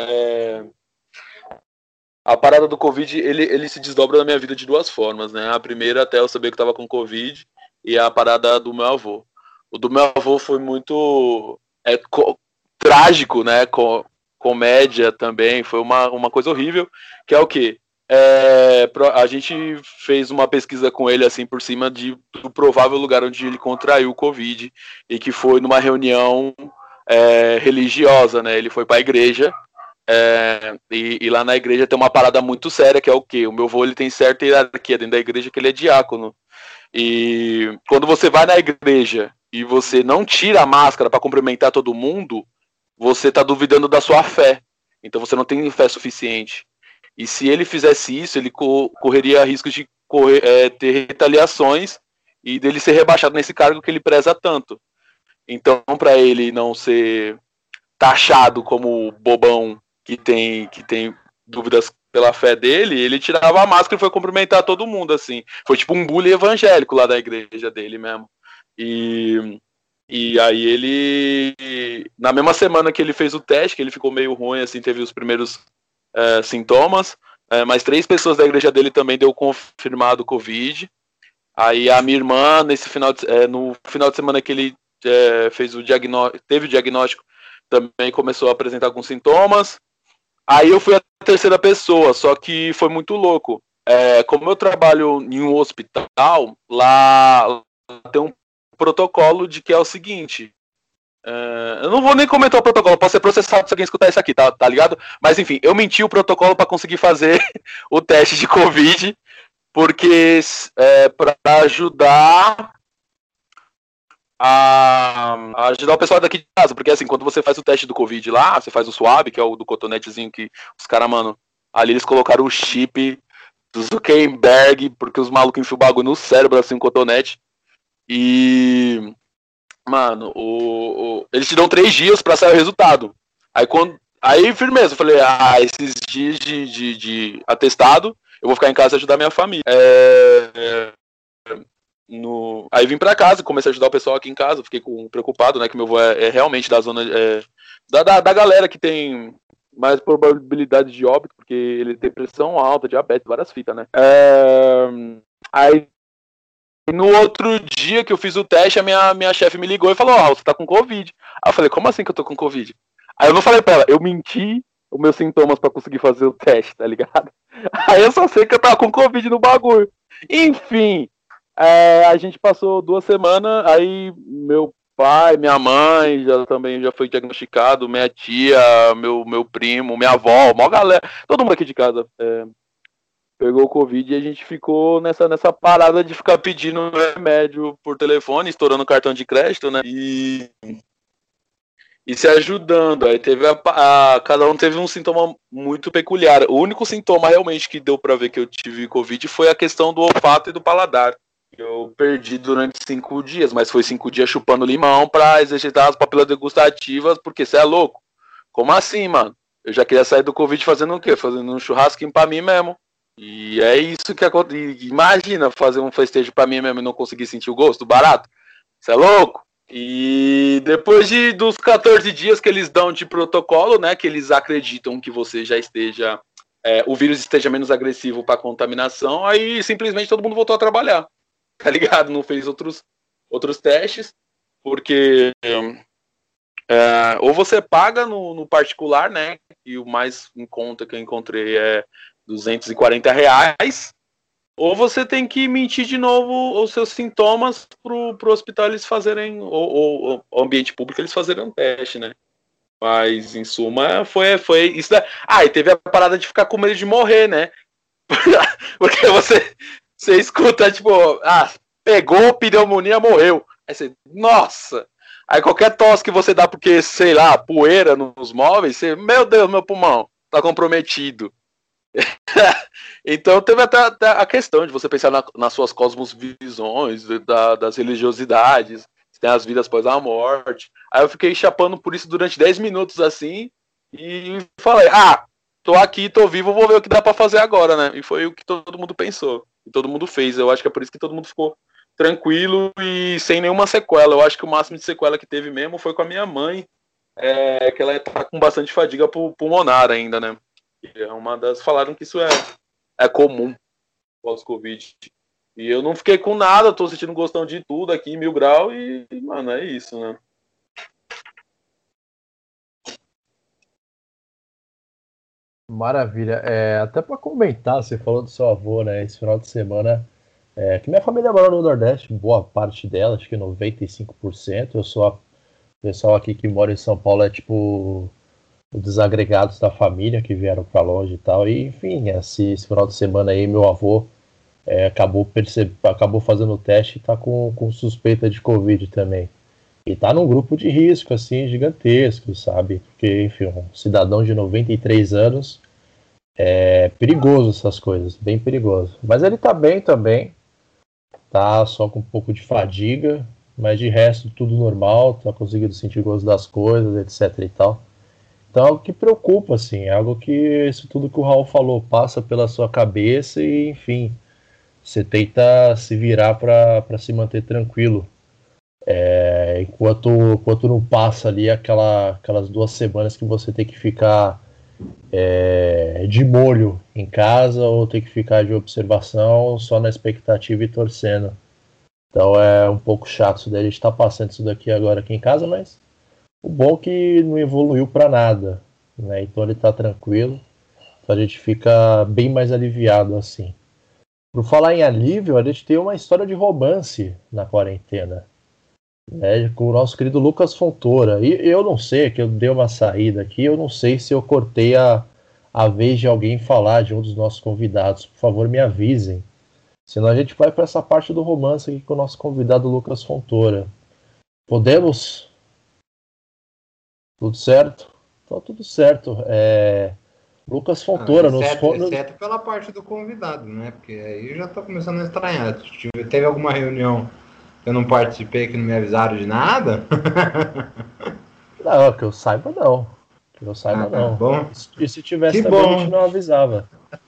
a parada do Covid, ele se desdobra na minha vida de 2 formas, né? A primeira, até eu saber que tava com Covid, e a parada do meu avô. O do meu avô foi muito trágico, né? Comédia também, foi uma coisa horrível, que é o quê? A gente fez uma pesquisa com ele, assim, por cima do provável lugar onde ele contraiu o Covid, e que foi numa reunião religiosa, né? Ele foi pra igreja, e lá na igreja tem uma parada muito séria, que é o quê? O meu avô, ele tem certa hierarquia dentro da igreja, que ele é diácono. E quando você vai na igreja e você não tira a máscara para cumprimentar todo mundo, você está duvidando da sua fé. Então você não tem fé suficiente. E se ele fizesse isso, ele correria risco de ter retaliações e dele ser rebaixado nesse cargo que ele preza tanto. Então, para ele não ser taxado como bobão que tem dúvidas pela fé dele, ele tirava a máscara e foi cumprimentar todo mundo, assim. Foi tipo um bullying evangélico lá da igreja dele mesmo. E aí ele, na mesma semana que ele fez o teste, que ele ficou meio ruim, assim, teve os primeiros sintomas, mas 3 pessoas da igreja dele também deu confirmado Covid. Aí a minha irmã, no final de semana que ele teve o diagnóstico, também começou a apresentar alguns sintomas. Aí eu fui a terceira pessoa, só que foi muito louco. Como eu trabalho em um hospital, lá tem um protocolo de que é o seguinte. Eu não vou nem comentar o protocolo, posso ser processado se alguém escutar isso aqui, tá ligado? Mas enfim, eu menti o protocolo para conseguir fazer o teste de Covid, porque para ajudar a ajudar o pessoal daqui de casa, porque assim, quando você faz o teste do Covid lá, você faz o swab, que é o do cotonetezinho que os caras, mano, ali eles colocaram o chip do Zuckerberg, porque os malucos enfiam o bagulho no cérebro, assim, um cotonete. E, mano, eles te dão 3 dias pra sair o resultado. Aí firmeza, eu falei, esses dias de atestado, eu vou ficar em casa e ajudar minha família. Aí vim pra casa, comecei a ajudar o pessoal aqui em casa, fiquei preocupado, né, que meu avô é realmente da zona, da galera que tem mais probabilidade de óbito, porque ele tem pressão alta, diabetes, várias fitas, né. Aí no outro dia que eu fiz o teste, a minha chefe me ligou e falou, você tá com Covid. Aí eu falei, como assim que eu tô com Covid? Aí eu não falei pra ela, eu menti os meus sintomas pra conseguir fazer o teste, tá ligado? Aí eu só sei que eu tava com Covid no bagulho. Enfim, a gente passou 2 semanas, aí meu pai, minha mãe também já foi diagnosticado, minha tia, meu primo, minha avó, maior galera, todo mundo aqui de casa pegou o Covid e a gente ficou nessa parada de ficar pedindo remédio por telefone, estourando cartão de crédito, né? E se ajudando. Aí cada um teve um sintoma muito peculiar. O único sintoma realmente que deu pra ver que eu tive Covid foi a questão do olfato e do paladar. Eu perdi durante 5 dias, mas foi 5 dias chupando limão pra exercitar as papilas degustativas, porque você é louco. Como assim, mano? Eu já queria sair do Covid fazendo o quê? Fazendo um churrasquinho pra mim mesmo. E é isso que acontece. Imagina fazer um festejo pra mim mesmo e não conseguir sentir o gosto barato. Você é louco? E depois dos 14 dias que eles dão de protocolo, né, que eles acreditam que você já esteja, o vírus esteja menos agressivo para contaminação, aí simplesmente todo mundo voltou a trabalhar, tá ligado? Não fez outros testes, porque ou você paga no particular, né, e o mais em conta que eu encontrei é R$240, ou você tem que mentir de novo os seus sintomas pro hospital eles fazerem, ou ambiente público eles fazerem um teste, né? Mas, em suma, foi isso. E teve a parada de ficar com medo de morrer, né? Porque você escuta, tipo, pegou pneumonia, morreu. Aí você, nossa! Aí qualquer tosse que você dá porque, sei lá, poeira nos móveis, você, meu Deus, meu pulmão, tá comprometido. Então teve até a questão de você pensar nas suas cosmovisões, das religiosidades, se tem as vidas após a morte. Aí eu fiquei chapando por isso durante 10 minutos assim e falei, tô aqui, tô vivo, vou ver o que dá pra fazer agora, né? E foi o que todo mundo pensou, e todo mundo fez. Eu acho que é por isso que todo mundo ficou tranquilo e sem nenhuma sequela. Eu acho que o máximo de sequela que teve mesmo foi com a minha mãe, que ela tá com bastante fadiga pulmonar ainda, né? Falaram que isso é comum pós-Covid. E eu não fiquei com nada, tô sentindo gostão de tudo aqui, 1000 graus, e mano, é isso, né? Maravilha. Até para comentar, você falou do seu avô, né? Esse final de semana, que minha família mora no Nordeste, boa parte dela, acho que 95%. O pessoal aqui que mora em São Paulo é tipo os desagregados da família que vieram para longe e tal. E, enfim, esse final de semana aí, meu avô acabou fazendo o teste e tá com suspeita de Covid também. E tá num grupo de risco, assim, gigantesco, sabe? Porque, enfim, um cidadão de 93 anos é perigoso essas coisas, bem perigoso. Mas ele tá bem também, tá só com um pouco de fadiga, mas de resto tudo normal, tá conseguindo sentir gosto das coisas, etc e tal. Então é algo que preocupa, assim, é algo que isso tudo que o Raul falou passa pela sua cabeça e, enfim, você tenta se virar para se manter tranquilo. Enquanto não passa ali aquelas 2 semanas que você tem que ficar de molho em casa ou tem que ficar de observação só na expectativa e torcendo. Então é um pouco chato isso daí, a gente tá passando isso daqui agora aqui em casa, mas o bom é que não evoluiu para nada, né? Então ele tá tranquilo, então a gente fica bem mais aliviado assim. Por falar em alívio, a gente tem uma história de romance na quarentena, né, com o nosso querido Lucas Fontoura. E eu não sei, que eu dei uma saída aqui, eu não sei se eu cortei a vez de alguém falar de um dos nossos convidados. Por favor, me avisem. Senão a gente vai para essa parte do romance aqui com o nosso convidado Lucas Fontoura. Podemos? Tudo certo? Então tudo certo. Lucas Fontoura. Exceto pela parte do convidado, né? Porque aí eu já tô começando a estranhar. Teve alguma reunião que eu não participei, que não me avisaram de nada? Não, que eu saiba não. Que eu saiba não. Bom. E se tivesse Que também bom. a gente não avisava.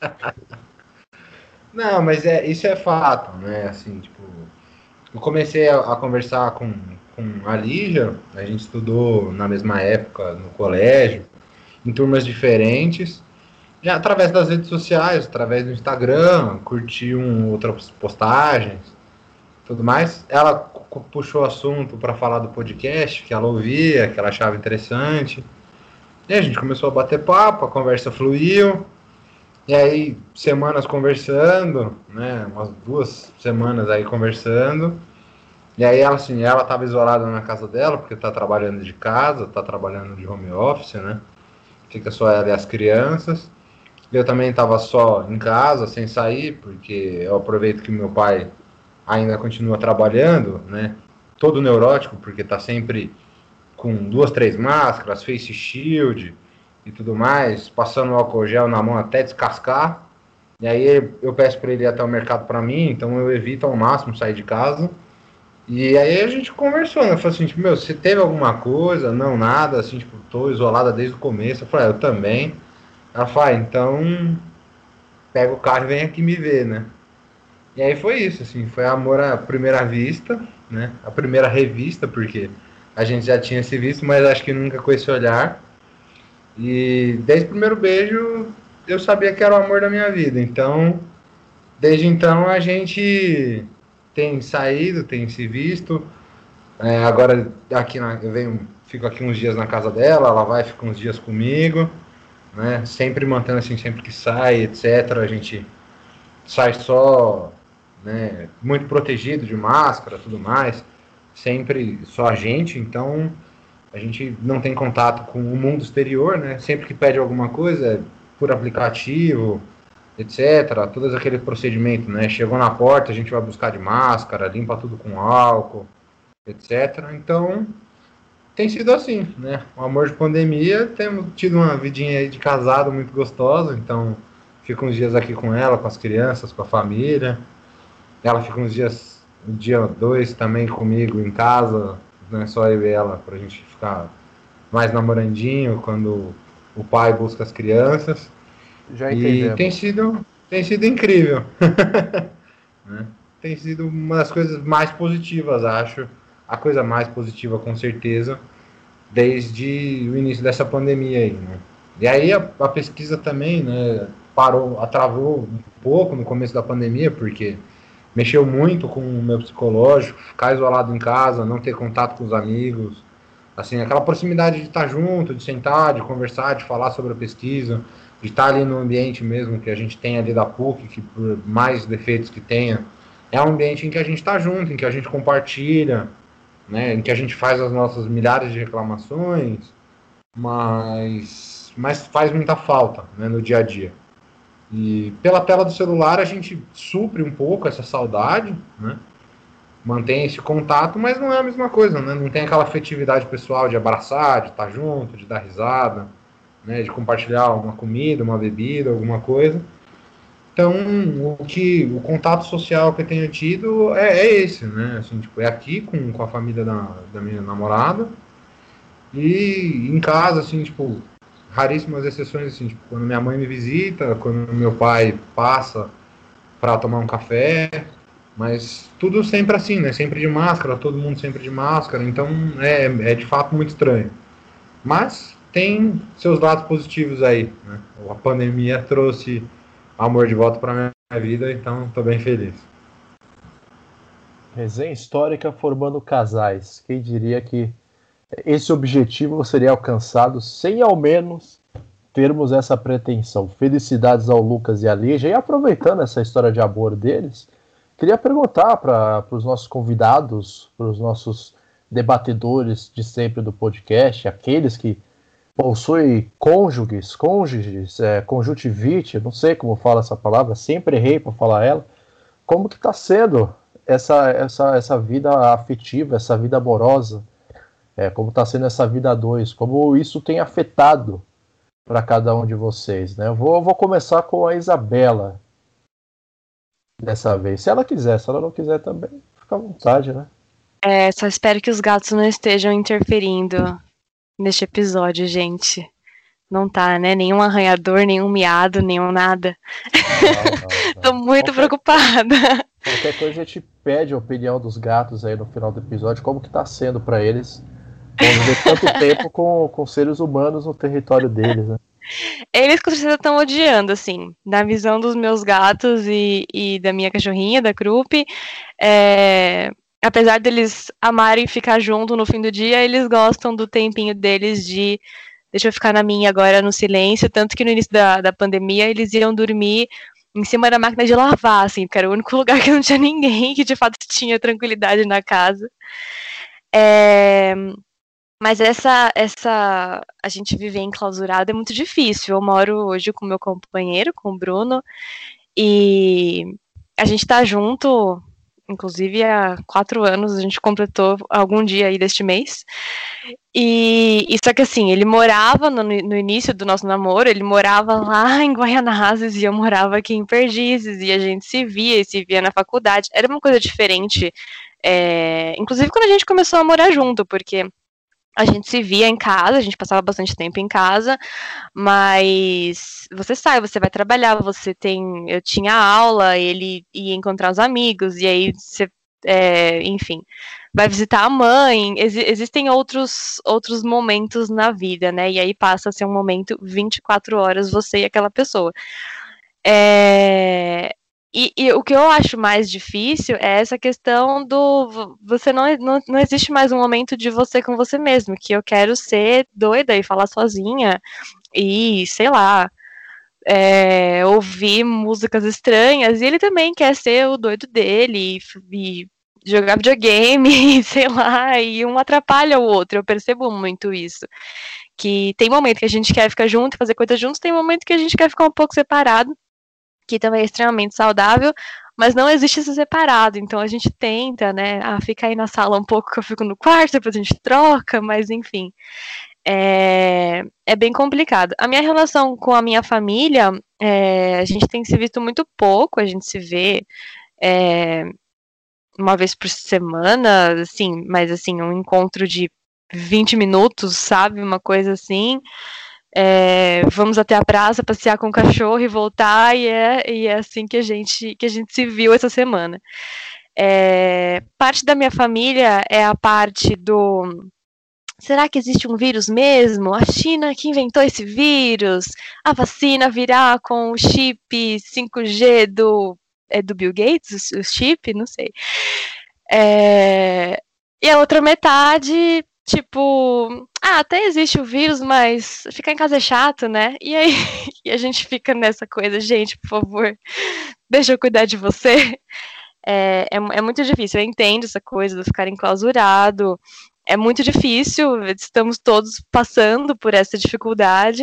Não, mas isso é fato, né? Assim, tipo, eu comecei a conversar com a Lígia, a gente estudou na mesma época no colégio, em turmas diferentes, e através das redes sociais, através do Instagram, curti outras postagens, tudo mais. Ela puxou o assunto para falar do podcast, que ela ouvia, que ela achava interessante, e a gente começou a bater papo, a conversa fluiu. E aí, semanas conversando, né, umas 2 semanas aí conversando, e aí ela estava isolada na casa dela, porque tá trabalhando de casa, tá trabalhando de home office, né, fica só ela e as crianças. Eu também estava só em casa, sem sair, porque eu aproveito que meu pai ainda continua trabalhando, né, todo neurótico, porque tá sempre com 2, 3 máscaras, face shield e tudo mais, passando o álcool gel na mão até descascar. E aí eu peço para ele ir até o mercado para mim, então eu evito ao máximo sair de casa. E aí a gente conversou, né? Eu falei assim, tipo, meu, você teve alguma coisa? Não, nada, assim, tipo, tô isolada desde o começo. Eu falei, eu também. Ela falou, então pega o carro e vem aqui me ver, né? E aí foi isso, assim, foi amor à primeira vista, né? A primeira revista, porque a gente já tinha se visto, mas acho que nunca com esse olhar. E desde o primeiro beijo eu sabia que era o amor da minha vida. Então, desde então a gente tem saído, tem se visto. Agora aqui fico aqui uns dias na casa dela, ela vai ficar uns dias comigo, né? Sempre mantendo assim, sempre que sai, etc. A gente sai só, né? Muito protegido de máscara, tudo mais. Sempre só a gente, então a gente não tem contato com o mundo exterior, né? Sempre que pede alguma coisa, por aplicativo, etc. Todos aquele procedimento, né? Chegou na porta, a gente vai buscar de máscara, limpa tudo com álcool, etc. Então, tem sido assim, né? O amor de pandemia, temos tido uma vidinha aí de casado muito gostosa, então fico uns dias aqui com ela, com as crianças, com a família. Ela fica uns dias, um dia ou 2 também comigo em casa, não é só eu e ela, pra gente ficar mais namorandinho quando o pai busca as crianças. Já entendemos. E tem sido incrível. Né? Tem sido uma das coisas mais positivas, acho. A coisa mais positiva, com certeza, desde o início dessa pandemia aí, né? E aí a pesquisa também, né, travou um pouco no começo da pandemia, porque mexeu muito com o meu psicológico, ficar isolado em casa, não ter contato com os amigos, assim, aquela proximidade de estar junto, de sentar, de conversar, de falar sobre a pesquisa, de estar ali no ambiente mesmo que a gente tem ali da PUC, que por mais defeitos que tenha, é um ambiente em que a gente está junto, em que a gente compartilha, né, em que a gente faz as nossas milhares de reclamações, mas faz muita falta, né, no dia a dia. E pela tela do celular a gente supre um pouco essa saudade, né? Mantém esse contato, mas não é a mesma coisa, né? Não tem aquela afetividade pessoal de abraçar, de estar junto, de dar risada, né? De compartilhar uma comida, uma bebida, alguma coisa. Então, o contato social que eu tenho tido é esse, né? Assim, tipo, é aqui com a família da minha namorada e em casa, assim, tipo, raríssimas exceções, assim, tipo, quando minha mãe me visita, quando meu pai passa para tomar um café, Mas tudo sempre assim, né? Sempre de máscara, todo mundo sempre de máscara, então é de fato muito estranho. Mas tem seus lados positivos aí, né? A pandemia trouxe amor de volta para minha vida, então estou bem feliz. Resenha histórica formando casais. Quem diria que esse objetivo seria alcançado sem ao menos termos essa pretensão. Felicidades ao Lucas e à Lígia. E aproveitando essa história de amor deles, queria perguntar para os nossos convidados, para os nossos debatedores de sempre do podcast, aqueles que possuem cônjuges, conjuntivite, não sei como fala essa palavra, sempre errei para falar ela, como que está sendo essa vida afetiva, essa vida amorosa, como está sendo essa vida a dois, como isso tem afetado para cada um de vocês, né? Eu vou começar com a Isabela dessa vez, se ela quiser, se ela não quiser também, fica à vontade, né? Só espero que os gatos não estejam interferindo neste episódio, gente. Não tá, né? Nenhum arranhador, nenhum miado, nenhum nada. Não. Tô muito preocupada. Qualquer coisa a gente pede a opinião dos gatos aí no final do episódio, como que tá sendo para eles conviver tanto tempo com seres humanos no território deles, né? Eles com certeza estão odiando, assim, na visão dos meus gatos e da minha cachorrinha, da Krupp. Apesar deles amarem ficar junto no fim do dia, eles gostam do tempinho deles de deixa eu ficar na minha agora no silêncio, tanto que no início da pandemia eles iam dormir em cima da máquina de lavar, assim, porque era o único lugar que não tinha ninguém, que de fato tinha tranquilidade na casa. Mas a gente viver enclausurado é muito difícil. Eu moro hoje com meu companheiro, com o Bruno, e a gente tá junto, inclusive há 4 anos, a gente completou algum dia aí deste mês. E só que assim, ele morava no início do nosso namoro, ele morava lá em Guaianazes e eu morava aqui em Perdizes, e a gente se via na faculdade. Era uma coisa diferente, inclusive quando a gente começou a morar junto, porque a gente se via em casa, a gente passava bastante tempo em casa, mas você sai, você vai trabalhar, eu tinha aula, ele ia encontrar os amigos, e aí você, enfim, vai visitar a mãe, existem outros momentos na vida, né, e aí passa a ser um momento 24 horas você e aquela pessoa. E o que eu acho mais difícil é essa questão do você não existe mais um momento de você com você mesmo, que eu quero ser doida e falar sozinha e, sei lá, ouvir músicas estranhas, e ele também quer ser o doido dele e jogar videogame, sei lá, e um atrapalha o outro, eu percebo muito isso, que tem momento que a gente quer ficar junto, fazer coisas juntos, tem momento que a gente quer ficar um pouco separado, que também é extremamente saudável, mas não existe esse separado, então a gente tenta, né, fica aí na sala um pouco que eu fico no quarto, depois a gente troca, mas enfim, é bem complicado. A minha relação com a minha família, a gente tem se visto muito pouco, a gente se vê uma vez por semana, assim, mas assim, um encontro de 20 minutos, sabe, uma coisa assim. Vamos até a praça, passear com o cachorro e voltar, e é assim que a gente se viu essa semana. Parte da minha família é a parte do... Será que existe um vírus mesmo? A China que inventou esse vírus? A vacina virá com o chip 5G do Bill Gates? O chip? Não sei. E a outra metade... Tipo, até existe o vírus, mas ficar em casa é chato, né? E aí e a gente fica nessa coisa, gente, por favor, deixa eu cuidar de você. É muito difícil, eu entendo essa coisa do ficar enclausurado, é muito difícil, estamos todos passando por essa dificuldade,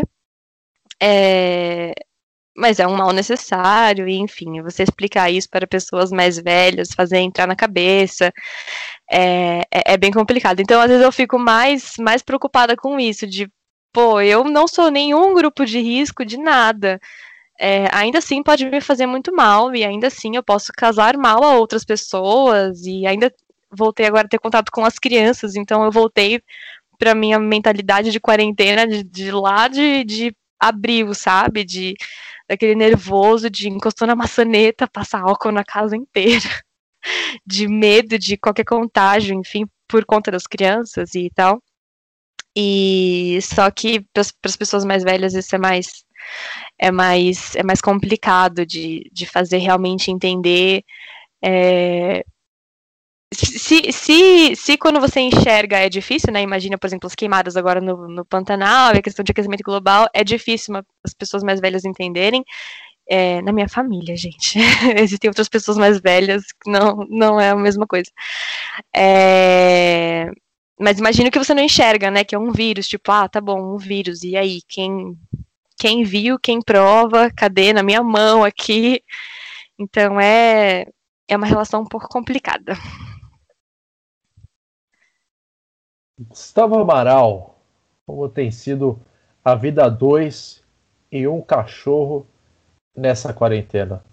mas é um mal necessário, e enfim, você explicar isso para pessoas mais velhas, fazer entrar na cabeça, é bem complicado. Então, às vezes eu fico mais preocupada com isso, de, eu não sou nenhum grupo de risco de nada, ainda assim pode me fazer muito mal, e ainda assim eu posso causar mal a outras pessoas, e ainda voltei agora a ter contato com as crianças, então eu voltei para minha mentalidade de quarentena, de abril, sabe, daquele nervoso de encostou na maçaneta, passar álcool na casa inteira. de medo de qualquer contágio, enfim, por conta das crianças e tal. E só que para as pessoas mais velhas isso é mais complicado de fazer realmente entender. Se quando você enxerga é difícil, né? Imagina, por exemplo, as queimadas agora no Pantanal, a questão de aquecimento global, é difícil as pessoas mais velhas entenderem. Na minha família, gente. Existem outras pessoas mais velhas que não é a mesma coisa. Mas imagina que você não enxerga, né? Que é um vírus, tipo, tá bom, um vírus. E aí, quem viu, quem prova, cadê? Na minha mão aqui. Então é uma relação um pouco complicada. Gustavo Amaral, como tem sido a vida a dois e um cachorro nessa quarentena?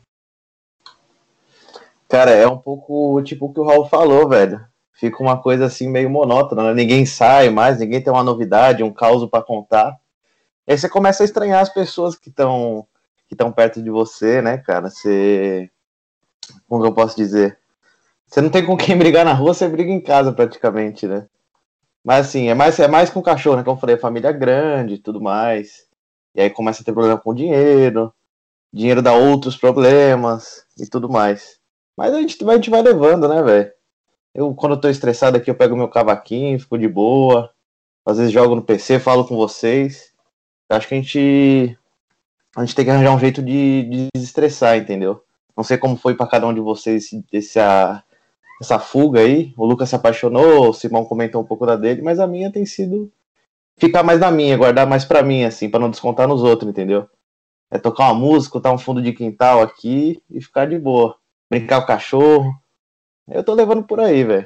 Cara, é um pouco tipo o que o Raul falou, velho. Fica uma coisa assim meio monótona, né? Ninguém sai mais, ninguém tem uma novidade, um caos pra contar. E aí você começa a estranhar as pessoas que estão perto de você, né, cara? Como eu posso dizer? Você não tem com quem brigar na rua, você briga em casa praticamente, né? Mas assim, é mais com o cachorro, né? Como eu falei, família grande e tudo mais. E aí começa a ter problema com dinheiro dá outros problemas e tudo mais. Mas a gente vai levando, né, velho? Quando eu tô estressado aqui, eu pego meu cavaquinho, fico de boa. Às vezes jogo no PC, falo com vocês. Eu acho que a gente tem que arranjar um jeito de desestressar, entendeu? Não sei como foi pra cada um de vocês essa fuga aí. O Lucas se apaixonou, o Simão comentou um pouco da dele, mas a minha tem sido ficar mais na minha, guardar mais pra mim, assim, pra não descontar nos outros, entendeu? É tocar uma música, botar um fundo de quintal aqui e ficar de boa. Brincar com o cachorro. Eu tô levando por aí, velho.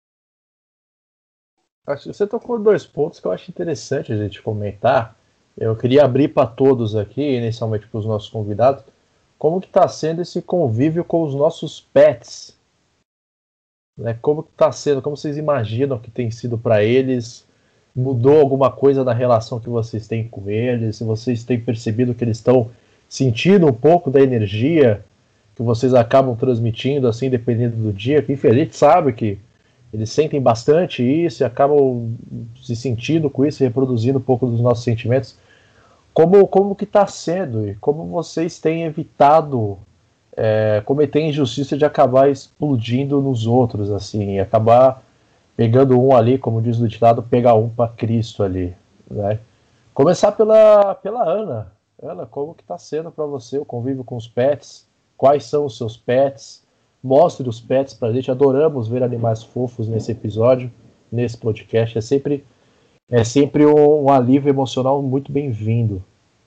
Você tocou 2 pontos que eu acho interessante a gente comentar. Eu queria abrir para todos aqui, inicialmente para os nossos convidados, como que está sendo esse convívio com os nossos pets. Né? Como que está sendo, como vocês imaginam que tem sido para eles? Mudou alguma coisa na relação que vocês têm com eles? Se vocês têm percebido que eles estão sentindo um pouco da energia que vocês acabam transmitindo, assim, dependendo do dia, que a gente sabe que eles sentem bastante isso e acabam se sentindo com isso, reproduzindo um pouco dos nossos sentimentos. Como que está sendo e como vocês têm evitado cometer a injustiça de acabar explodindo nos outros, assim, e acabar pegando um ali, como diz o ditado, pegar um para Cristo ali, né? Começar pela Ana. Ana, como que está sendo para você o convívio com os pets? Quais são os seus pets? Mostre os pets pra gente. Adoramos ver animais fofos nesse episódio, nesse podcast. É sempre um alívio emocional muito bem-vindo.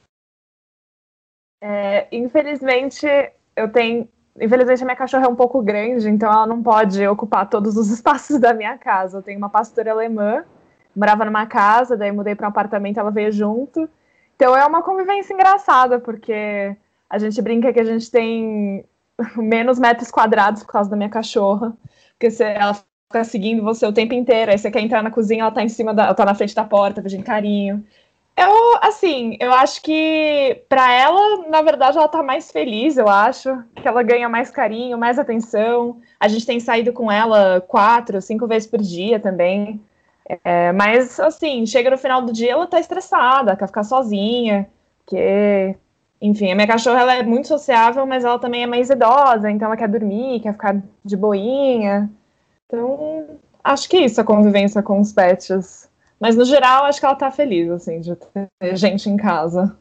Infelizmente, Infelizmente, a minha cachorra é um pouco grande, então ela não pode ocupar todos os espaços da minha casa. Eu tenho uma pastora alemã, morava numa casa, daí mudei para um apartamento, ela veio junto. Então é uma convivência engraçada, porque a gente brinca que a gente tem menos metros quadrados por causa da minha cachorra, porque ela fica seguindo você o tempo inteiro, aí você quer entrar na cozinha, ela tá ela tá na frente da porta, pedindo carinho. Eu acho que pra ela, na verdade, ela tá mais feliz, eu acho, que ela ganha mais carinho, mais atenção. A gente tem saído com ela 4, 5 vezes por dia também. Mas, assim, chega no final do dia, ela tá estressada, quer ficar sozinha, porque, enfim, a minha cachorra, ela é muito sociável, mas ela também é mais idosa, então ela quer dormir, quer ficar de boinha. Então, acho que isso, a convivência com os pets. Mas, no geral, acho que ela tá feliz, assim, de ter gente em casa.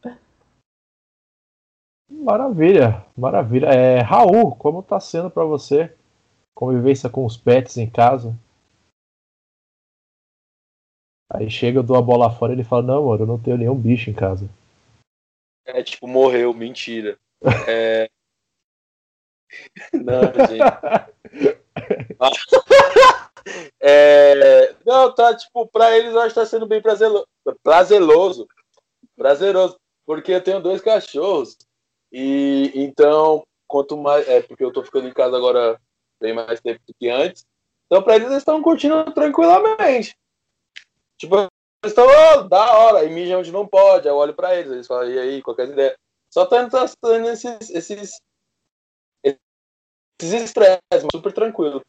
Maravilha, maravilha. Raul, como tá sendo para você convivência com os pets em casa? Aí chega, eu dou a bola fora e ele fala, não, amor, eu não tenho nenhum bicho em casa. Tipo, morreu, mentira. Não, gente. Não, tá, tipo, pra eles eu acho que tá sendo bem prazeroso, porque eu tenho 2 cachorros, e então, quanto mais, porque eu tô ficando em casa agora bem mais tempo do que antes, então pra eles estão curtindo tranquilamente, tipo, eles estão, da hora, e mijam onde não pode, eu olho pra eles falam, e aí, qualquer ideia, só tá tendo esses esses estresses, mas super tranquilo.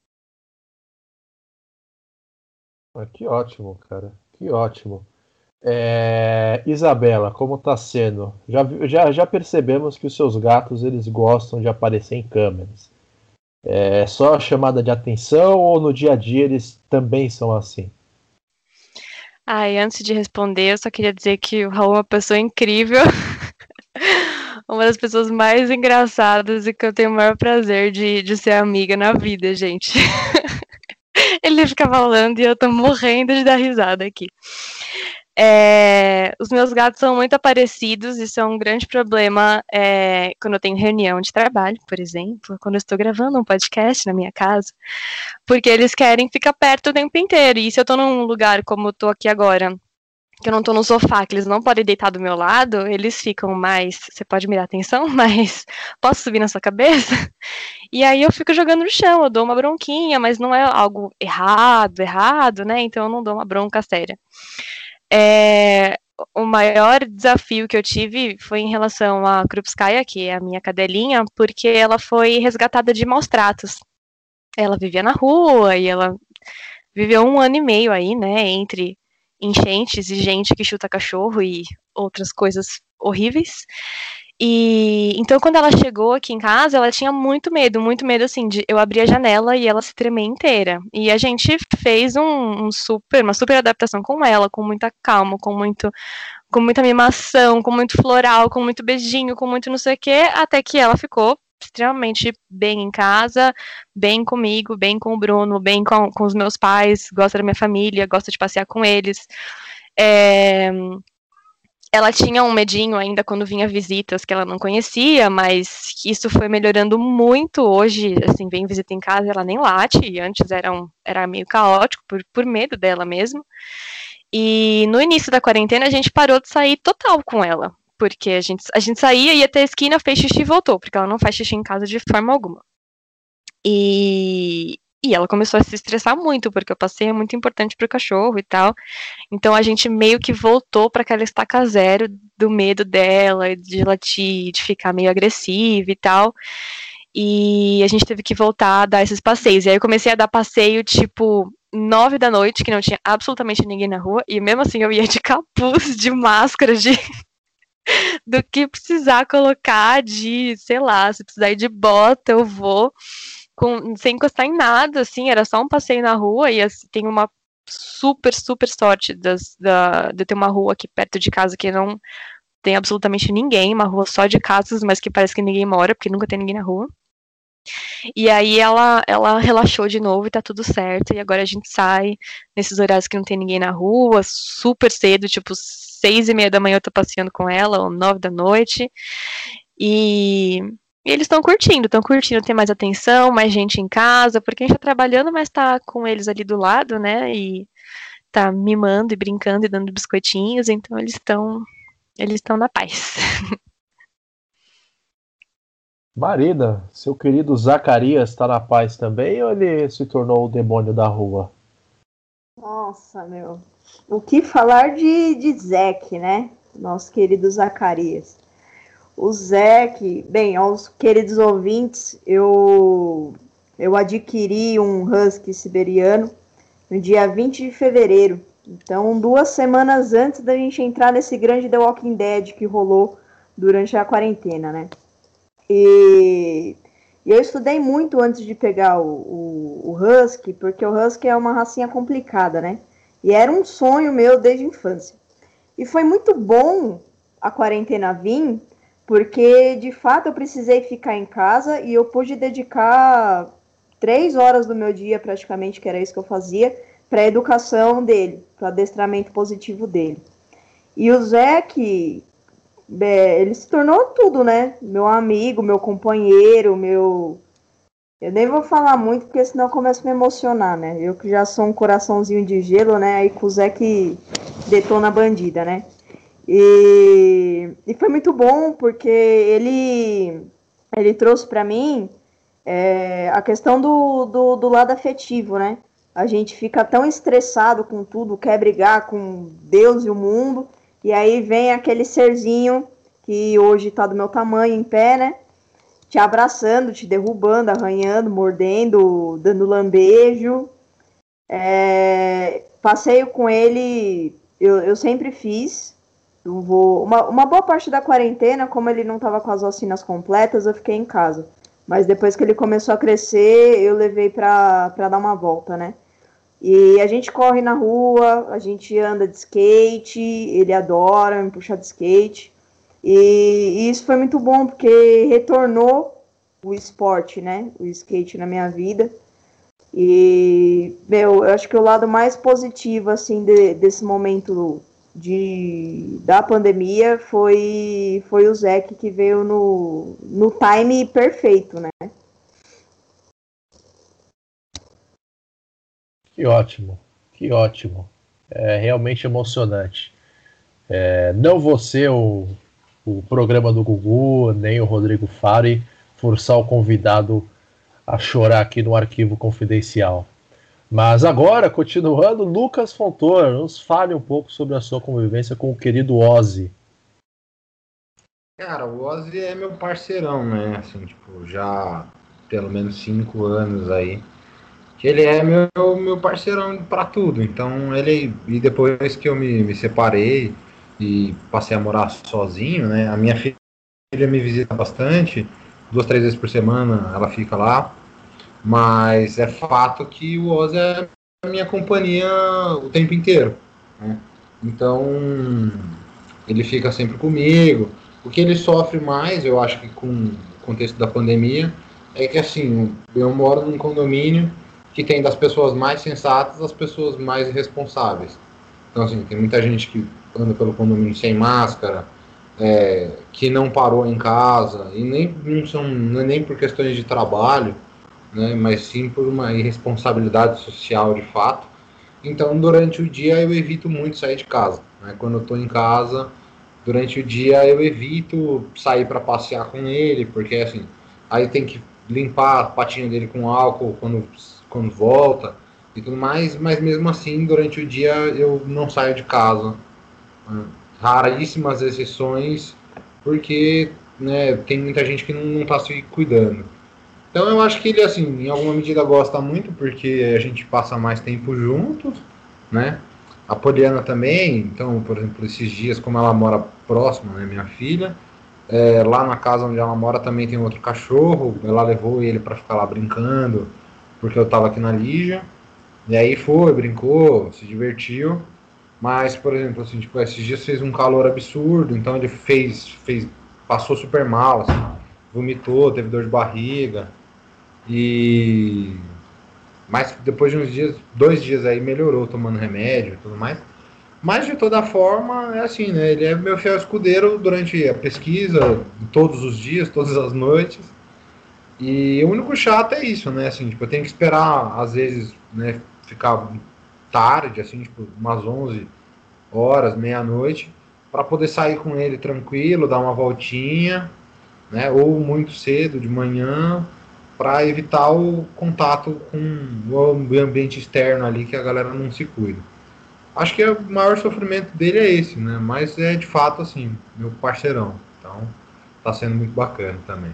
Que ótimo, cara. Que ótimo. Isabela, como tá sendo? Já percebemos que os seus gatos eles gostam de aparecer em câmeras. É só chamada de atenção ou no dia a dia eles também são assim? E antes de responder, eu só queria dizer que o Raul é uma pessoa incrível. Uma das pessoas mais engraçadas e que eu tenho o maior prazer de ser amiga na vida, gente. Ele fica falando e eu tô morrendo de dar risada aqui. Os meus gatos são muito parecidos, isso é um grande problema quando eu tenho reunião de trabalho, por exemplo, quando eu estou gravando um podcast na minha casa, porque eles querem ficar perto o tempo inteiro, e se eu tô num lugar como eu tô aqui agora, que eu não tô no sofá, que eles não podem deitar do meu lado, eles ficam mais, você pode me dar atenção, mas posso subir na sua cabeça? E aí eu fico jogando no chão, eu dou uma bronquinha, mas não é algo errado, né, então eu não dou uma bronca séria. O maior desafio que eu tive foi em relação a Krupskaya, que é a minha cadelinha, porque ela foi resgatada de maus tratos. Ela vivia na rua e ela viveu 1 ano e meio aí, né, entre enchentes e gente que chuta cachorro e outras coisas horríveis. E então quando ela chegou aqui em casa, ela tinha muito medo assim, de eu abrir a janela e ela se tremer inteira. E a gente fez uma super adaptação com ela, com muita calma, com muita mimação, com muito floral, com muito beijinho, com muito não sei o quê, até que ela ficou extremamente bem em casa, bem comigo, bem com o Bruno, bem com os meus pais, gosta da minha família, gosta de passear com eles. Ela tinha um medinho ainda quando vinha visitas que ela não conhecia, mas isso foi melhorando muito. Hoje, assim, vem visita em casa, ela nem late, e antes era meio caótico, por medo dela mesmo. E no início da quarentena, a gente parou de sair total com ela, porque a gente saía, ia até a esquina, fez xixi e voltou, porque ela não faz xixi em casa de forma alguma. E ela começou a se estressar muito, porque o passeio é muito importante pro cachorro e tal. Então a gente meio que voltou para aquela estaca zero do medo dela, de latir, de ficar meio agressiva e tal. E a gente teve que voltar a dar esses passeios. E aí eu comecei a dar passeio, tipo, 9 da noite, que não tinha absolutamente ninguém na rua. E mesmo assim eu ia de capuz, de máscara, do que precisar colocar sei lá, se precisar ir de bota, eu vou. Sem encostar em nada, assim, era só um passeio na rua, e assim, tem uma super sorte de ter uma rua aqui perto de casa que não tem absolutamente ninguém, uma rua só de casas, mas que parece que ninguém mora, porque nunca tem ninguém na rua. E aí ela relaxou de novo e tá tudo certo, e agora a gente sai nesses horários que não tem ninguém na rua, super cedo, tipo 6:30 da manhã eu tô passeando com ela, ou 9 da noite, e eles estão curtindo ter mais atenção, mais gente em casa, porque a gente tá trabalhando, mas tá com eles ali do lado, né, e tá mimando e brincando e dando biscoitinhos, então eles estão na paz. Marina, seu querido Zacarias tá na paz também ou ele se tornou o demônio da rua? Nossa, meu. O que falar de Zeke, né? Nosso querido Zacarias. O Zeke, bem, aos queridos ouvintes, eu adquiri um husky siberiano no dia 20 de fevereiro. Então, 2 semanas antes da gente entrar nesse grande The Walking Dead que rolou durante a quarentena, né? E eu estudei muito antes de pegar o husky, porque o husky é uma racinha complicada, né? E era um sonho meu desde a infância. E foi muito bom a quarentena vir, porque, de fato, eu precisei ficar em casa e eu pude dedicar 3 horas do meu dia, praticamente, que era isso que eu fazia, para a educação dele, para o adestramento positivo dele. E o Zeke, ele se tornou tudo, né? Meu amigo, meu companheiro, Eu nem vou falar muito, porque senão eu começo a me emocionar, né? Eu que já sou um coraçãozinho de gelo, né? Aí com o Zeke detona a bandida, né? E foi muito bom, porque ele trouxe para mim a questão do lado afetivo, né? A gente fica tão estressado com tudo, quer brigar com Deus e o mundo, e aí vem aquele serzinho que hoje tá do meu tamanho, em pé, né? te abraçando, te derrubando, arranhando, mordendo, dando lambejo. Passeio com ele, eu sempre fiz. Uma boa parte da quarentena, como ele não estava com as vacinas completas, eu fiquei em casa. Mas depois que ele começou a crescer, eu levei para dar uma volta, né? E a gente corre na rua, a gente anda de skate, ele adora me puxar de skate. E isso foi muito bom, porque retornou o esporte, né? O skate na minha vida. E, eu acho que o lado mais positivo, assim, desse momento da pandemia foi o Zeke, que veio no time perfeito, né? Que ótimo, que ótimo. É realmente emocionante. Não vou ser o programa do Gugu, nem o Rodrigo Fari, forçar o convidado a chorar aqui no arquivo confidencial. Mas agora, continuando, Lucas Fontoura, nos fale um pouco sobre a sua convivência com o querido Ozzy. Cara, o Ozzy é meu parceirão, né? Assim, tipo, já pelo menos 5 anos aí. Que ele é meu parceirão pra tudo. Então, e depois que eu me separei e passei a morar sozinho, né? A minha filha me visita bastante, 2, 3 vezes por semana ela fica lá. Mas é fato que o Ozzy é a minha companhia o tempo inteiro, né? Então, ele fica sempre comigo. O que ele sofre mais, eu acho que com o contexto da pandemia, é que assim, eu moro num condomínio que tem das pessoas mais sensatas às pessoas mais irresponsáveis. Então, assim, tem muita gente que anda pelo condomínio sem máscara, que não parou em casa, e não é nem por questões de trabalho, né, mas sim por uma irresponsabilidade social de fato. Então, durante o dia eu evito muito sair de casa, né? Quando eu estou em casa, durante o dia eu evito sair para passear com ele, porque assim, aí tem que limpar a patinha dele com álcool quando volta e tudo mais, mas mesmo assim, durante o dia eu não saio de casa, né? Raríssimas exceções, porque, né, tem muita gente que não está se cuidando. Então eu acho que ele, assim, em alguma medida gosta muito, porque a gente passa mais tempo juntos, né? A Poliana também, então, por exemplo, esses dias, como ela mora próxima, né, minha filha, lá na casa onde ela mora também tem outro cachorro, ela levou ele para ficar lá brincando, porque eu tava aqui na Lígia, e aí brincou, se divertiu, mas, por exemplo, assim, tipo, esses dias fez um calor absurdo, então ele passou super mal, assim, vomitou, teve dor de barriga, mas depois de uns dias, 2 dias aí melhorou tomando remédio e tudo mais. Mas de toda forma, é assim, né? Ele é meu fiel escudeiro durante a pesquisa, todos os dias, todas as noites. E o único chato é isso, né? Assim, tipo, eu tenho que esperar, às vezes, né, ficar tarde, assim, tipo, umas 11 horas, meia-noite, para poder sair com ele tranquilo, dar uma voltinha, né? Ou muito cedo, de manhã, para evitar o contato com o ambiente externo ali, que a galera não se cuida. Acho que o maior sofrimento dele é esse, né? Mas é de fato assim, meu parceirão. Então tá sendo muito bacana também.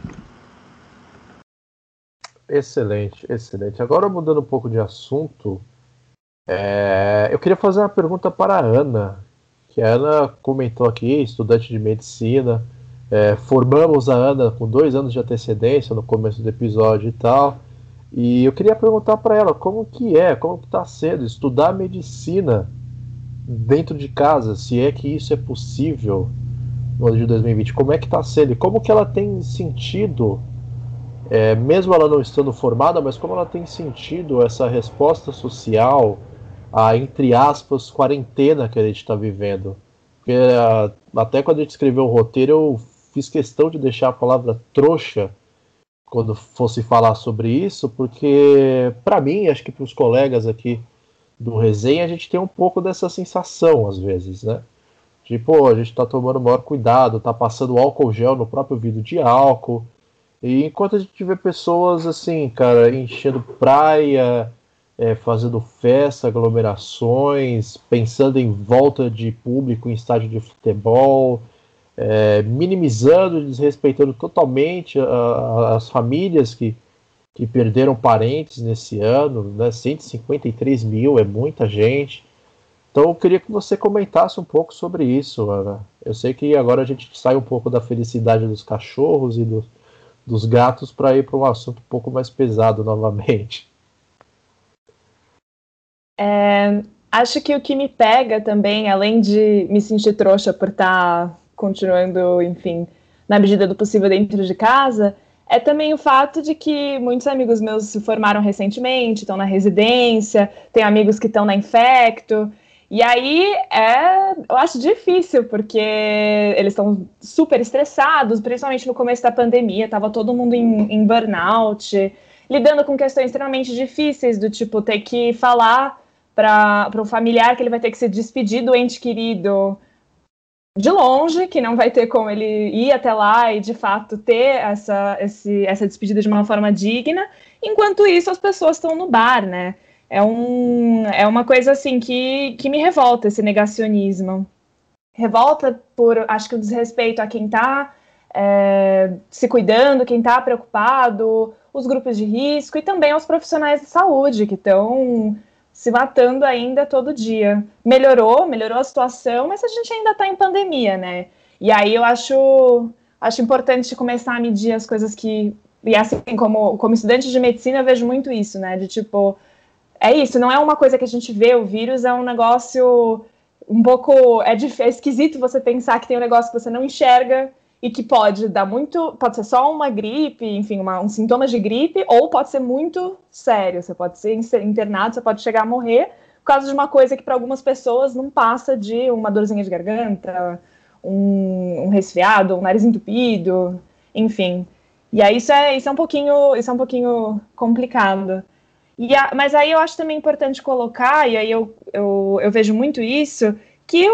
Excelente, excelente. Agora, mudando um pouco de assunto, eu queria fazer uma pergunta para a Ana, que a Ana comentou aqui, estudante de medicina. Formamos a Ana com 2 anos de antecedência no começo do episódio e tal, e eu queria perguntar para ela como que está sendo estudar medicina dentro de casa, se é que isso é possível no ano de 2020, como é que está sendo e como que ela tem sentido, mesmo ela não estando formada, mas como ela tem sentido essa resposta social a, entre aspas, quarentena que a gente está vivendo. Porque, até quando a gente escreveu o roteiro, eu fiz questão de deixar a palavra trouxa quando fosse falar sobre isso, porque, para mim, acho que para os colegas aqui do Resenha, a gente tem um pouco dessa sensação, às vezes, né? Tipo, a gente tá tomando o maior cuidado, tá passando álcool gel no próprio vidro de álcool, e enquanto a gente vê pessoas, assim, cara, enchendo praia, fazendo festa, aglomerações, pensando em volta de público em estádio de futebol, minimizando, desrespeitando totalmente as famílias que perderam parentes nesse ano, né? 153 mil é muita gente. Então eu queria que você comentasse um pouco sobre isso, Ana. Eu sei que agora a gente sai um pouco da felicidade dos cachorros e dos gatos para ir para um assunto um pouco mais pesado novamente. Acho que o que me pega também, além de me sentir trouxa por estar continuando, enfim, na medida do possível dentro de casa, é também o fato de que muitos amigos meus se formaram recentemente, estão na residência, tem amigos que estão na Infecto, e aí eu acho difícil, porque eles estão super estressados, principalmente no começo da pandemia, estava todo mundo em burnout, lidando com questões extremamente difíceis, do tipo ter que falar para o familiar que ele vai ter que se despedir do ente querido de longe, que não vai ter como ele ir até lá e, de fato, ter essa despedida de uma forma digna. Enquanto isso, as pessoas estão no bar, né? É uma coisa, assim, que me revolta, esse negacionismo. Revolta por, acho que, o desrespeito a quem está se cuidando, quem está preocupado, os grupos de risco e também aos profissionais de saúde, que estão se matando ainda todo dia. Melhorou a situação, mas a gente ainda está em pandemia, né? E aí eu acho importante começar a medir as coisas que... E assim, como estudante de medicina, eu vejo muito isso, né? De tipo, isso, não é uma coisa que a gente vê, o vírus é um negócio um pouco... É esquisito você pensar que tem um negócio que você não enxerga e que pode dar muito... Pode ser só uma gripe, enfim, um sintoma de gripe, ou pode ser muito sério. Você pode ser internado, você pode chegar a morrer por causa de uma coisa que para algumas pessoas não passa de uma dorzinha de garganta, um resfriado, um nariz entupido, enfim. E aí isso é um pouquinho complicado. Mas aí eu acho também importante colocar, e aí eu vejo muito isso, que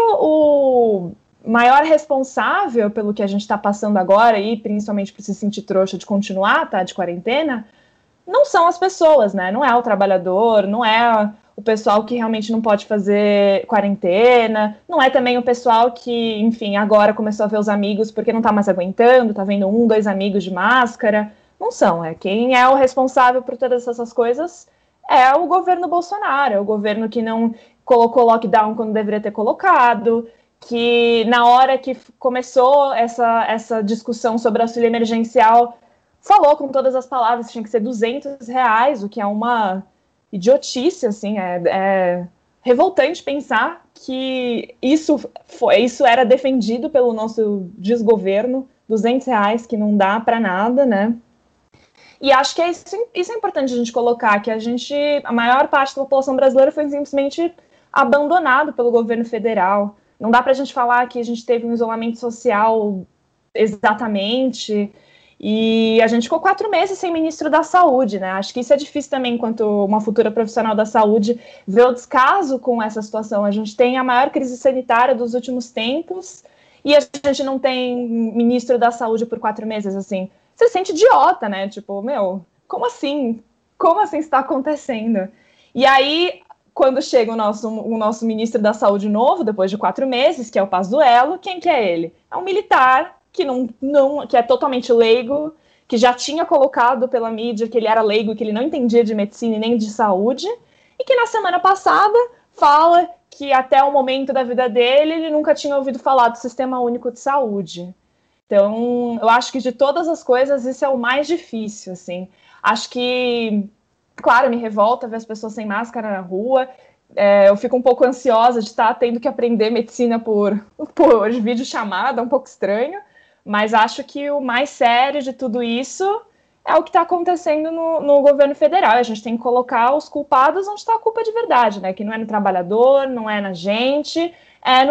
o maior responsável pelo que a gente está passando agora, e principalmente por se sentir trouxa de continuar, tá, de quarentena, não são as pessoas, né? Não é o trabalhador, não é o pessoal que realmente não pode fazer quarentena, não é também o pessoal que, enfim, agora começou a ver os amigos porque não tá mais aguentando, tá vendo 1, 2 amigos de máscara. Não são, quem é o responsável por todas essas coisas é o governo Bolsonaro, é o governo que não colocou lockdown quando deveria ter colocado, que na hora que começou essa discussão sobre auxílio emergencial, falou com todas as palavras que tinha que ser R$200, o que é uma idiotice, assim, é revoltante pensar que isso era defendido pelo nosso desgoverno, R$200 que não dá para nada, né? E acho que isso é importante a gente colocar, que a maior parte da população brasileira foi simplesmente abandonado pelo governo federal. Não dá para a gente falar que a gente teve um isolamento social exatamente, e a gente ficou 4 meses sem ministro da saúde, né? Acho que isso é difícil também, enquanto uma futura profissional da saúde, ver o descaso com essa situação. A gente tem a maior crise sanitária dos últimos tempos, e a gente não tem ministro da saúde por 4 meses, assim. Você se sente idiota, né? Tipo, como assim? Como assim está acontecendo? E aí, quando chega o nosso ministro da saúde novo, depois de 4 meses, que é o Pazuello, quem que é ele? É um militar que é totalmente leigo, que já tinha colocado pela mídia que ele era leigo, que ele não entendia de medicina e nem de saúde, e que na semana passada fala que até o momento da vida dele, ele nunca tinha ouvido falar do Sistema Único de Saúde. Então, eu acho que de todas as coisas, isso é o mais difícil, assim. Acho que, claro, me revolta ver as pessoas sem máscara na rua. Eu fico um pouco ansiosa de estar tendo que aprender medicina por videochamada, um pouco estranho. Mas acho que o mais sério de tudo isso é o que está acontecendo no governo federal. A gente tem que colocar os culpados onde está a culpa de verdade, né? Que não é no trabalhador, não é na gente, é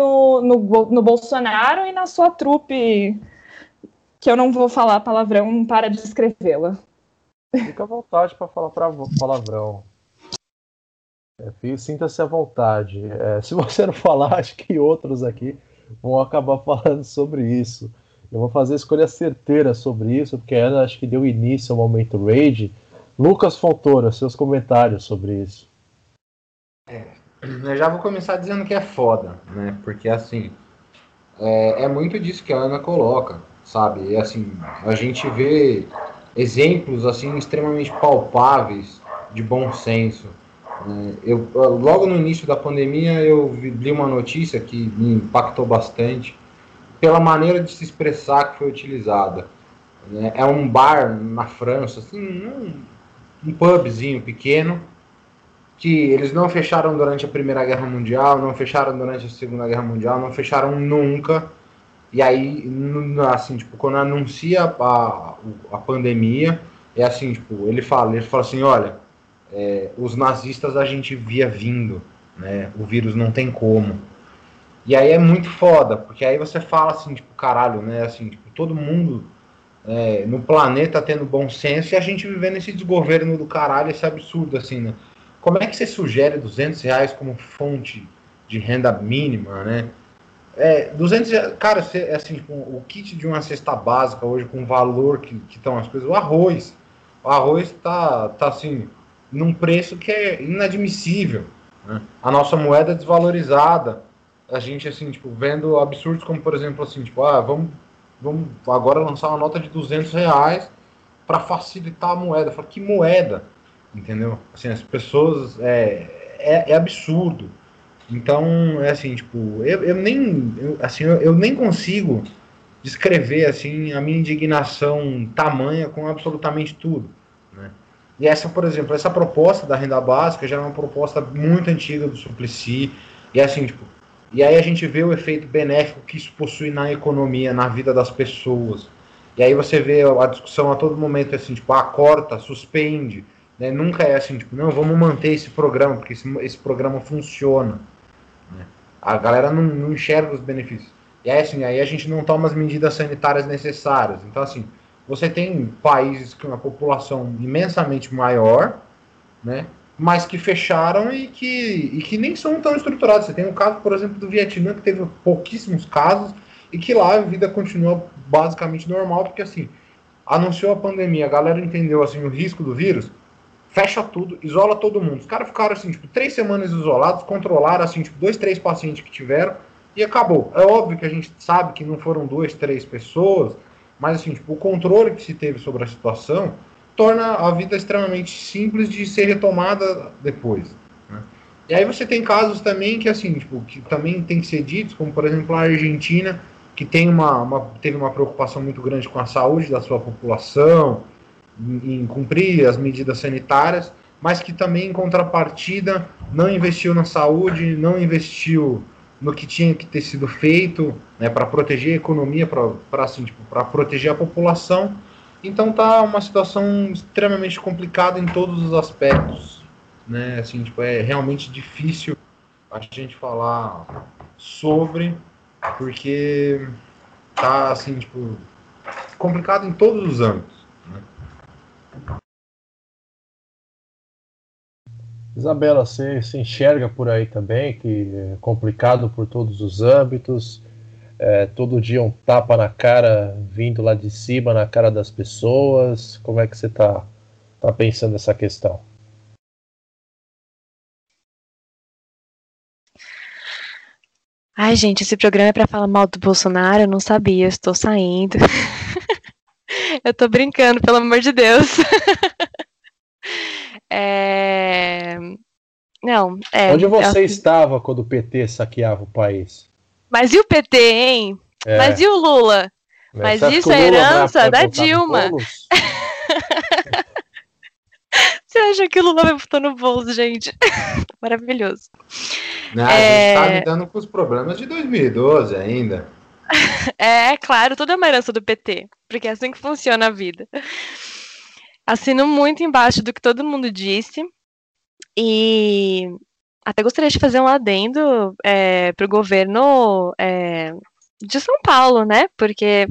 no Bolsonaro e na sua trupe, que eu não vou falar palavrão para descrevê-la. Fica à vontade para falar palavrão. Sinta-se à vontade. Se você não falar, acho que outros aqui vão acabar falando sobre isso. Eu vou fazer a escolha certeira sobre isso, porque a Ana acho que deu início ao momento Rage. Lucas Fontoura, seus comentários sobre isso. Eu já vou começar dizendo que é foda, né? Porque assim, é muito disso que a Ana coloca, sabe? E, assim, a gente vê exemplos assim extremamente palpáveis de bom senso. Logo no início da pandemia eu li uma notícia que me impactou bastante pela maneira de se expressar que foi utilizada. É um bar na França, assim, um pubzinho pequeno, que eles não fecharam durante a Primeira Guerra Mundial, não fecharam durante a Segunda Guerra Mundial, não fecharam nunca. E aí, assim, tipo, quando anuncia a pandemia, é assim, tipo, ele fala assim, olha, os nazistas a gente via vindo, né? O vírus não tem como. E aí é muito foda, porque aí você fala assim, tipo, caralho, né? Assim, tipo, todo mundo no planeta tendo bom senso e a gente vivendo esse desgoverno do caralho, esse absurdo, assim, né? Como é que você sugere R$200 como fonte de renda mínima, né? 200 reais, cara, assim, tipo, o kit de uma cesta básica hoje com o valor que estão as coisas, o arroz tá assim, num preço que é inadmissível, né? A nossa moeda desvalorizada, a gente, assim, tipo, vendo absurdos como, por exemplo, assim, tipo, vamos agora lançar uma nota de R$200 para facilitar a moeda. Fala, que moeda? Entendeu? Assim, as pessoas, é absurdo. Então, é assim, tipo, eu nem consigo descrever, assim, a minha indignação tamanha com absolutamente tudo, né? E essa, por exemplo, essa proposta da renda básica já é uma proposta muito antiga do Suplicy, e assim, tipo, e aí a gente vê o efeito benéfico que isso possui na economia, na vida das pessoas. E aí você vê a discussão a todo momento, assim, tipo, corta, suspende, né? Nunca é assim, tipo, não, vamos manter esse programa, porque esse programa funciona. A galera não enxerga os benefícios. E aí, assim, aí a gente não toma as medidas sanitárias necessárias. Então, assim, você tem países com uma população imensamente maior, né, mas que fecharam e que nem são tão estruturados. Você tem o caso, por exemplo, do Vietnã, que teve pouquíssimos casos e que lá a vida continua basicamente normal, porque, assim, anunciou a pandemia, a galera entendeu, assim, o risco do vírus, fecha tudo, isola todo mundo. Os caras ficaram, assim, tipo, 3 semanas isolados, controlaram, assim, tipo, 2, 3 pacientes que tiveram e acabou. É óbvio que a gente sabe que não foram 2, 3 pessoas, mas, assim, tipo, o controle que se teve sobre a situação torna a vida extremamente simples de ser retomada depois, né? E aí você tem casos também que, assim, tipo, que também tem que ser ditos, como, por exemplo, a Argentina, que tem teve uma preocupação muito grande com a saúde da sua população, em cumprir as medidas sanitárias, mas que também, em contrapartida, não investiu na saúde, não investiu no que tinha que ter sido feito, né, para proteger a economia, para assim, tipo, proteger a população. Então tá uma situação extremamente complicada em todos os aspectos, né? Assim, tipo, é realmente difícil a gente falar sobre, porque tá assim, tipo, complicado em todos os âmbitos. Isabela, você se enxerga por aí também, que é complicado por todos os âmbitos, todo dia um tapa na cara vindo lá de cima, na cara das pessoas. Como é que você tá pensando nessa questão? Ai, gente, esse programa é pra falar mal do Bolsonaro? Eu não sabia, eu estou saindo. Eu tô brincando, pelo amor de Deus. Não, Onde você estava quando o PT saqueava o país? Mas e o PT, hein? Mas e o Lula? Mas isso é herança da Dilma. Você acha que o Lula vai botar no bolso, gente? Maravilhoso. Não, a gente tá lidando com os problemas de 2012 ainda. Claro, tudo é uma herança do PT, porque é assim que funciona a vida. Assino muito embaixo do que todo mundo disse, e até gostaria de fazer um adendo para o governo de São Paulo, né? Porque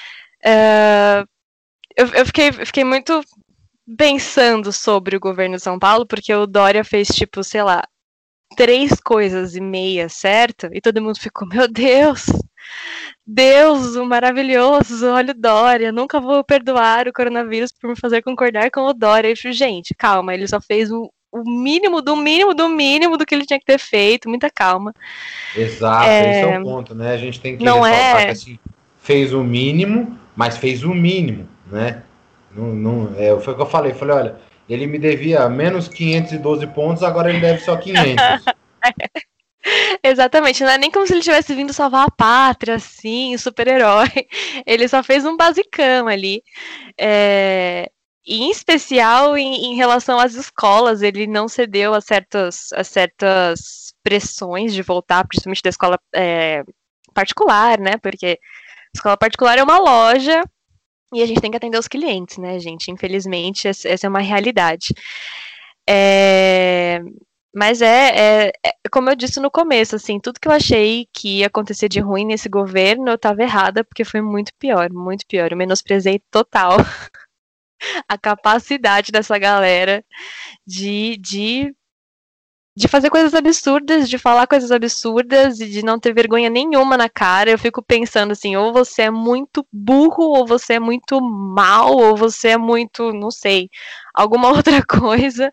eu fiquei muito pensando sobre o governo de São Paulo, porque o Dória fez, tipo, sei lá, 3 coisas e meia, certo? E todo mundo ficou, meu Deus, o maravilhoso, olha o Dória, nunca vou perdoar o coronavírus por me fazer concordar com o Dória. E eu falei, gente, calma, ele só fez o o mínimo do mínimo do mínimo do que ele tinha que ter feito, muita calma. Exato, esse é o ponto, né? A gente tem que ressaltar que assim, fez o mínimo, mas fez o mínimo, né? Foi o que eu falei, olha, ele me devia menos 512 pontos, agora ele deve só 500. Exatamente, não é nem como se ele tivesse vindo salvar a pátria, assim, super-herói. Ele só fez um basicão ali. E em especial em relação às escolas, ele não cedeu a certas pressões de voltar, principalmente da escola particular, né? Porque a escola particular é uma loja e a gente tem que atender os clientes, né, gente? Infelizmente, essa é uma realidade. Mas como eu disse no começo, assim, tudo que eu achei que ia acontecer de ruim nesse governo, eu estava errada, porque foi muito pior, muito pior. Eu menosprezei total a capacidade dessa galera de fazer coisas absurdas, de falar coisas absurdas e de não ter vergonha nenhuma na cara. Eu fico pensando assim, ou você é muito burro, ou você é muito mal, ou você é muito, não sei, alguma outra coisa.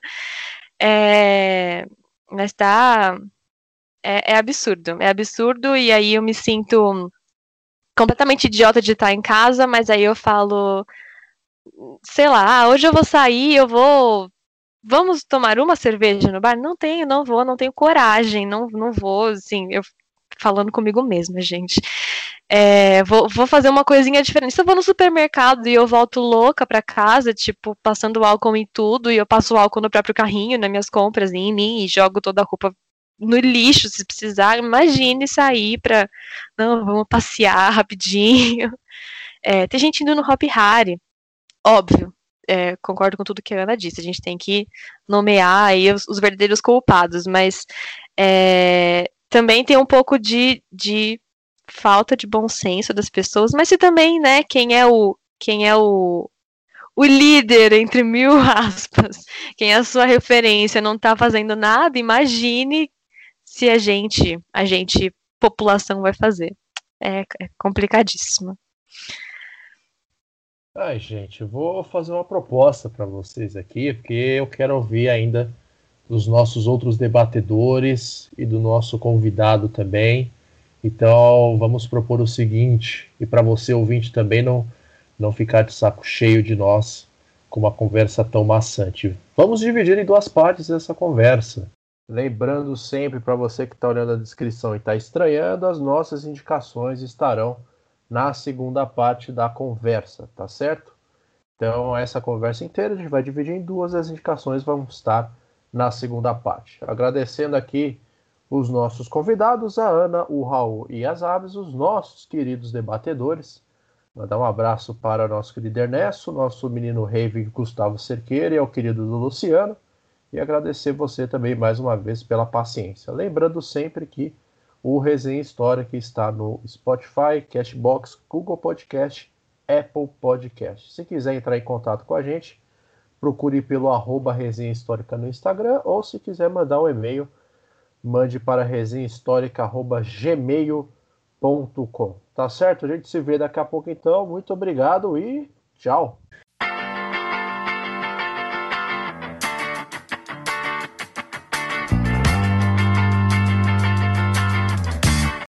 Mas tá... É absurdo, e aí eu me sinto completamente idiota de estar em casa, mas aí eu falo, sei lá, hoje eu vou sair, vamos tomar uma cerveja no bar? Não tenho coragem, não vou, assim, eu falando comigo mesma, gente. Vou fazer uma coisinha diferente. Se eu vou no supermercado e eu volto louca pra casa, tipo, passando álcool em tudo, e eu passo álcool no próprio carrinho, nas minhas compras, em mim, e jogo toda a roupa no lixo, se precisar, imagine sair pra... Não, vamos passear rapidinho. Tem gente indo no Hop Hari, óbvio. Concordo com tudo que a Ana disse, a gente tem que nomear aí os verdadeiros culpados, mas também tem um pouco de falta de bom senso das pessoas, mas se também, né, quem é o líder, entre 1000 aspas, quem é a sua referência, não tá fazendo nada, imagine se a gente, população, vai fazer. É complicadíssimo. Ai, gente, eu vou fazer uma proposta para vocês aqui, porque eu quero ouvir ainda dos nossos outros debatedores e do nosso convidado também. Então, vamos propor o seguinte, e para você, ouvinte, também não ficar de saco cheio de nós com uma conversa tão maçante. Vamos dividir em duas partes essa conversa. Lembrando sempre, para você que está olhando a descrição e está estranhando, as nossas indicações estarão na segunda parte da conversa, tá certo? Então, essa conversa inteira a gente vai dividir em duas, as indicações vão estar na segunda parte. Agradecendo aqui os nossos convidados, a Ana, o Raul e as Aves, os nossos queridos debatedores. Mandar um abraço para o nosso querido Ernesto, nosso menino Rave Gustavo Cerqueira e ao querido do Luciano. E agradecer você também mais uma vez pela paciência. Lembrando sempre que o Resenha Histórica está no Spotify, Cashbox, Google Podcast, Apple Podcast. Se quiser entrar em contato com a gente, procure pelo @Resenha Histórica no Instagram, ou se quiser mandar um e-mail, mande para resenhahistórica@gmail.com. Tá certo? A gente se vê daqui a pouco então. Muito obrigado e tchau!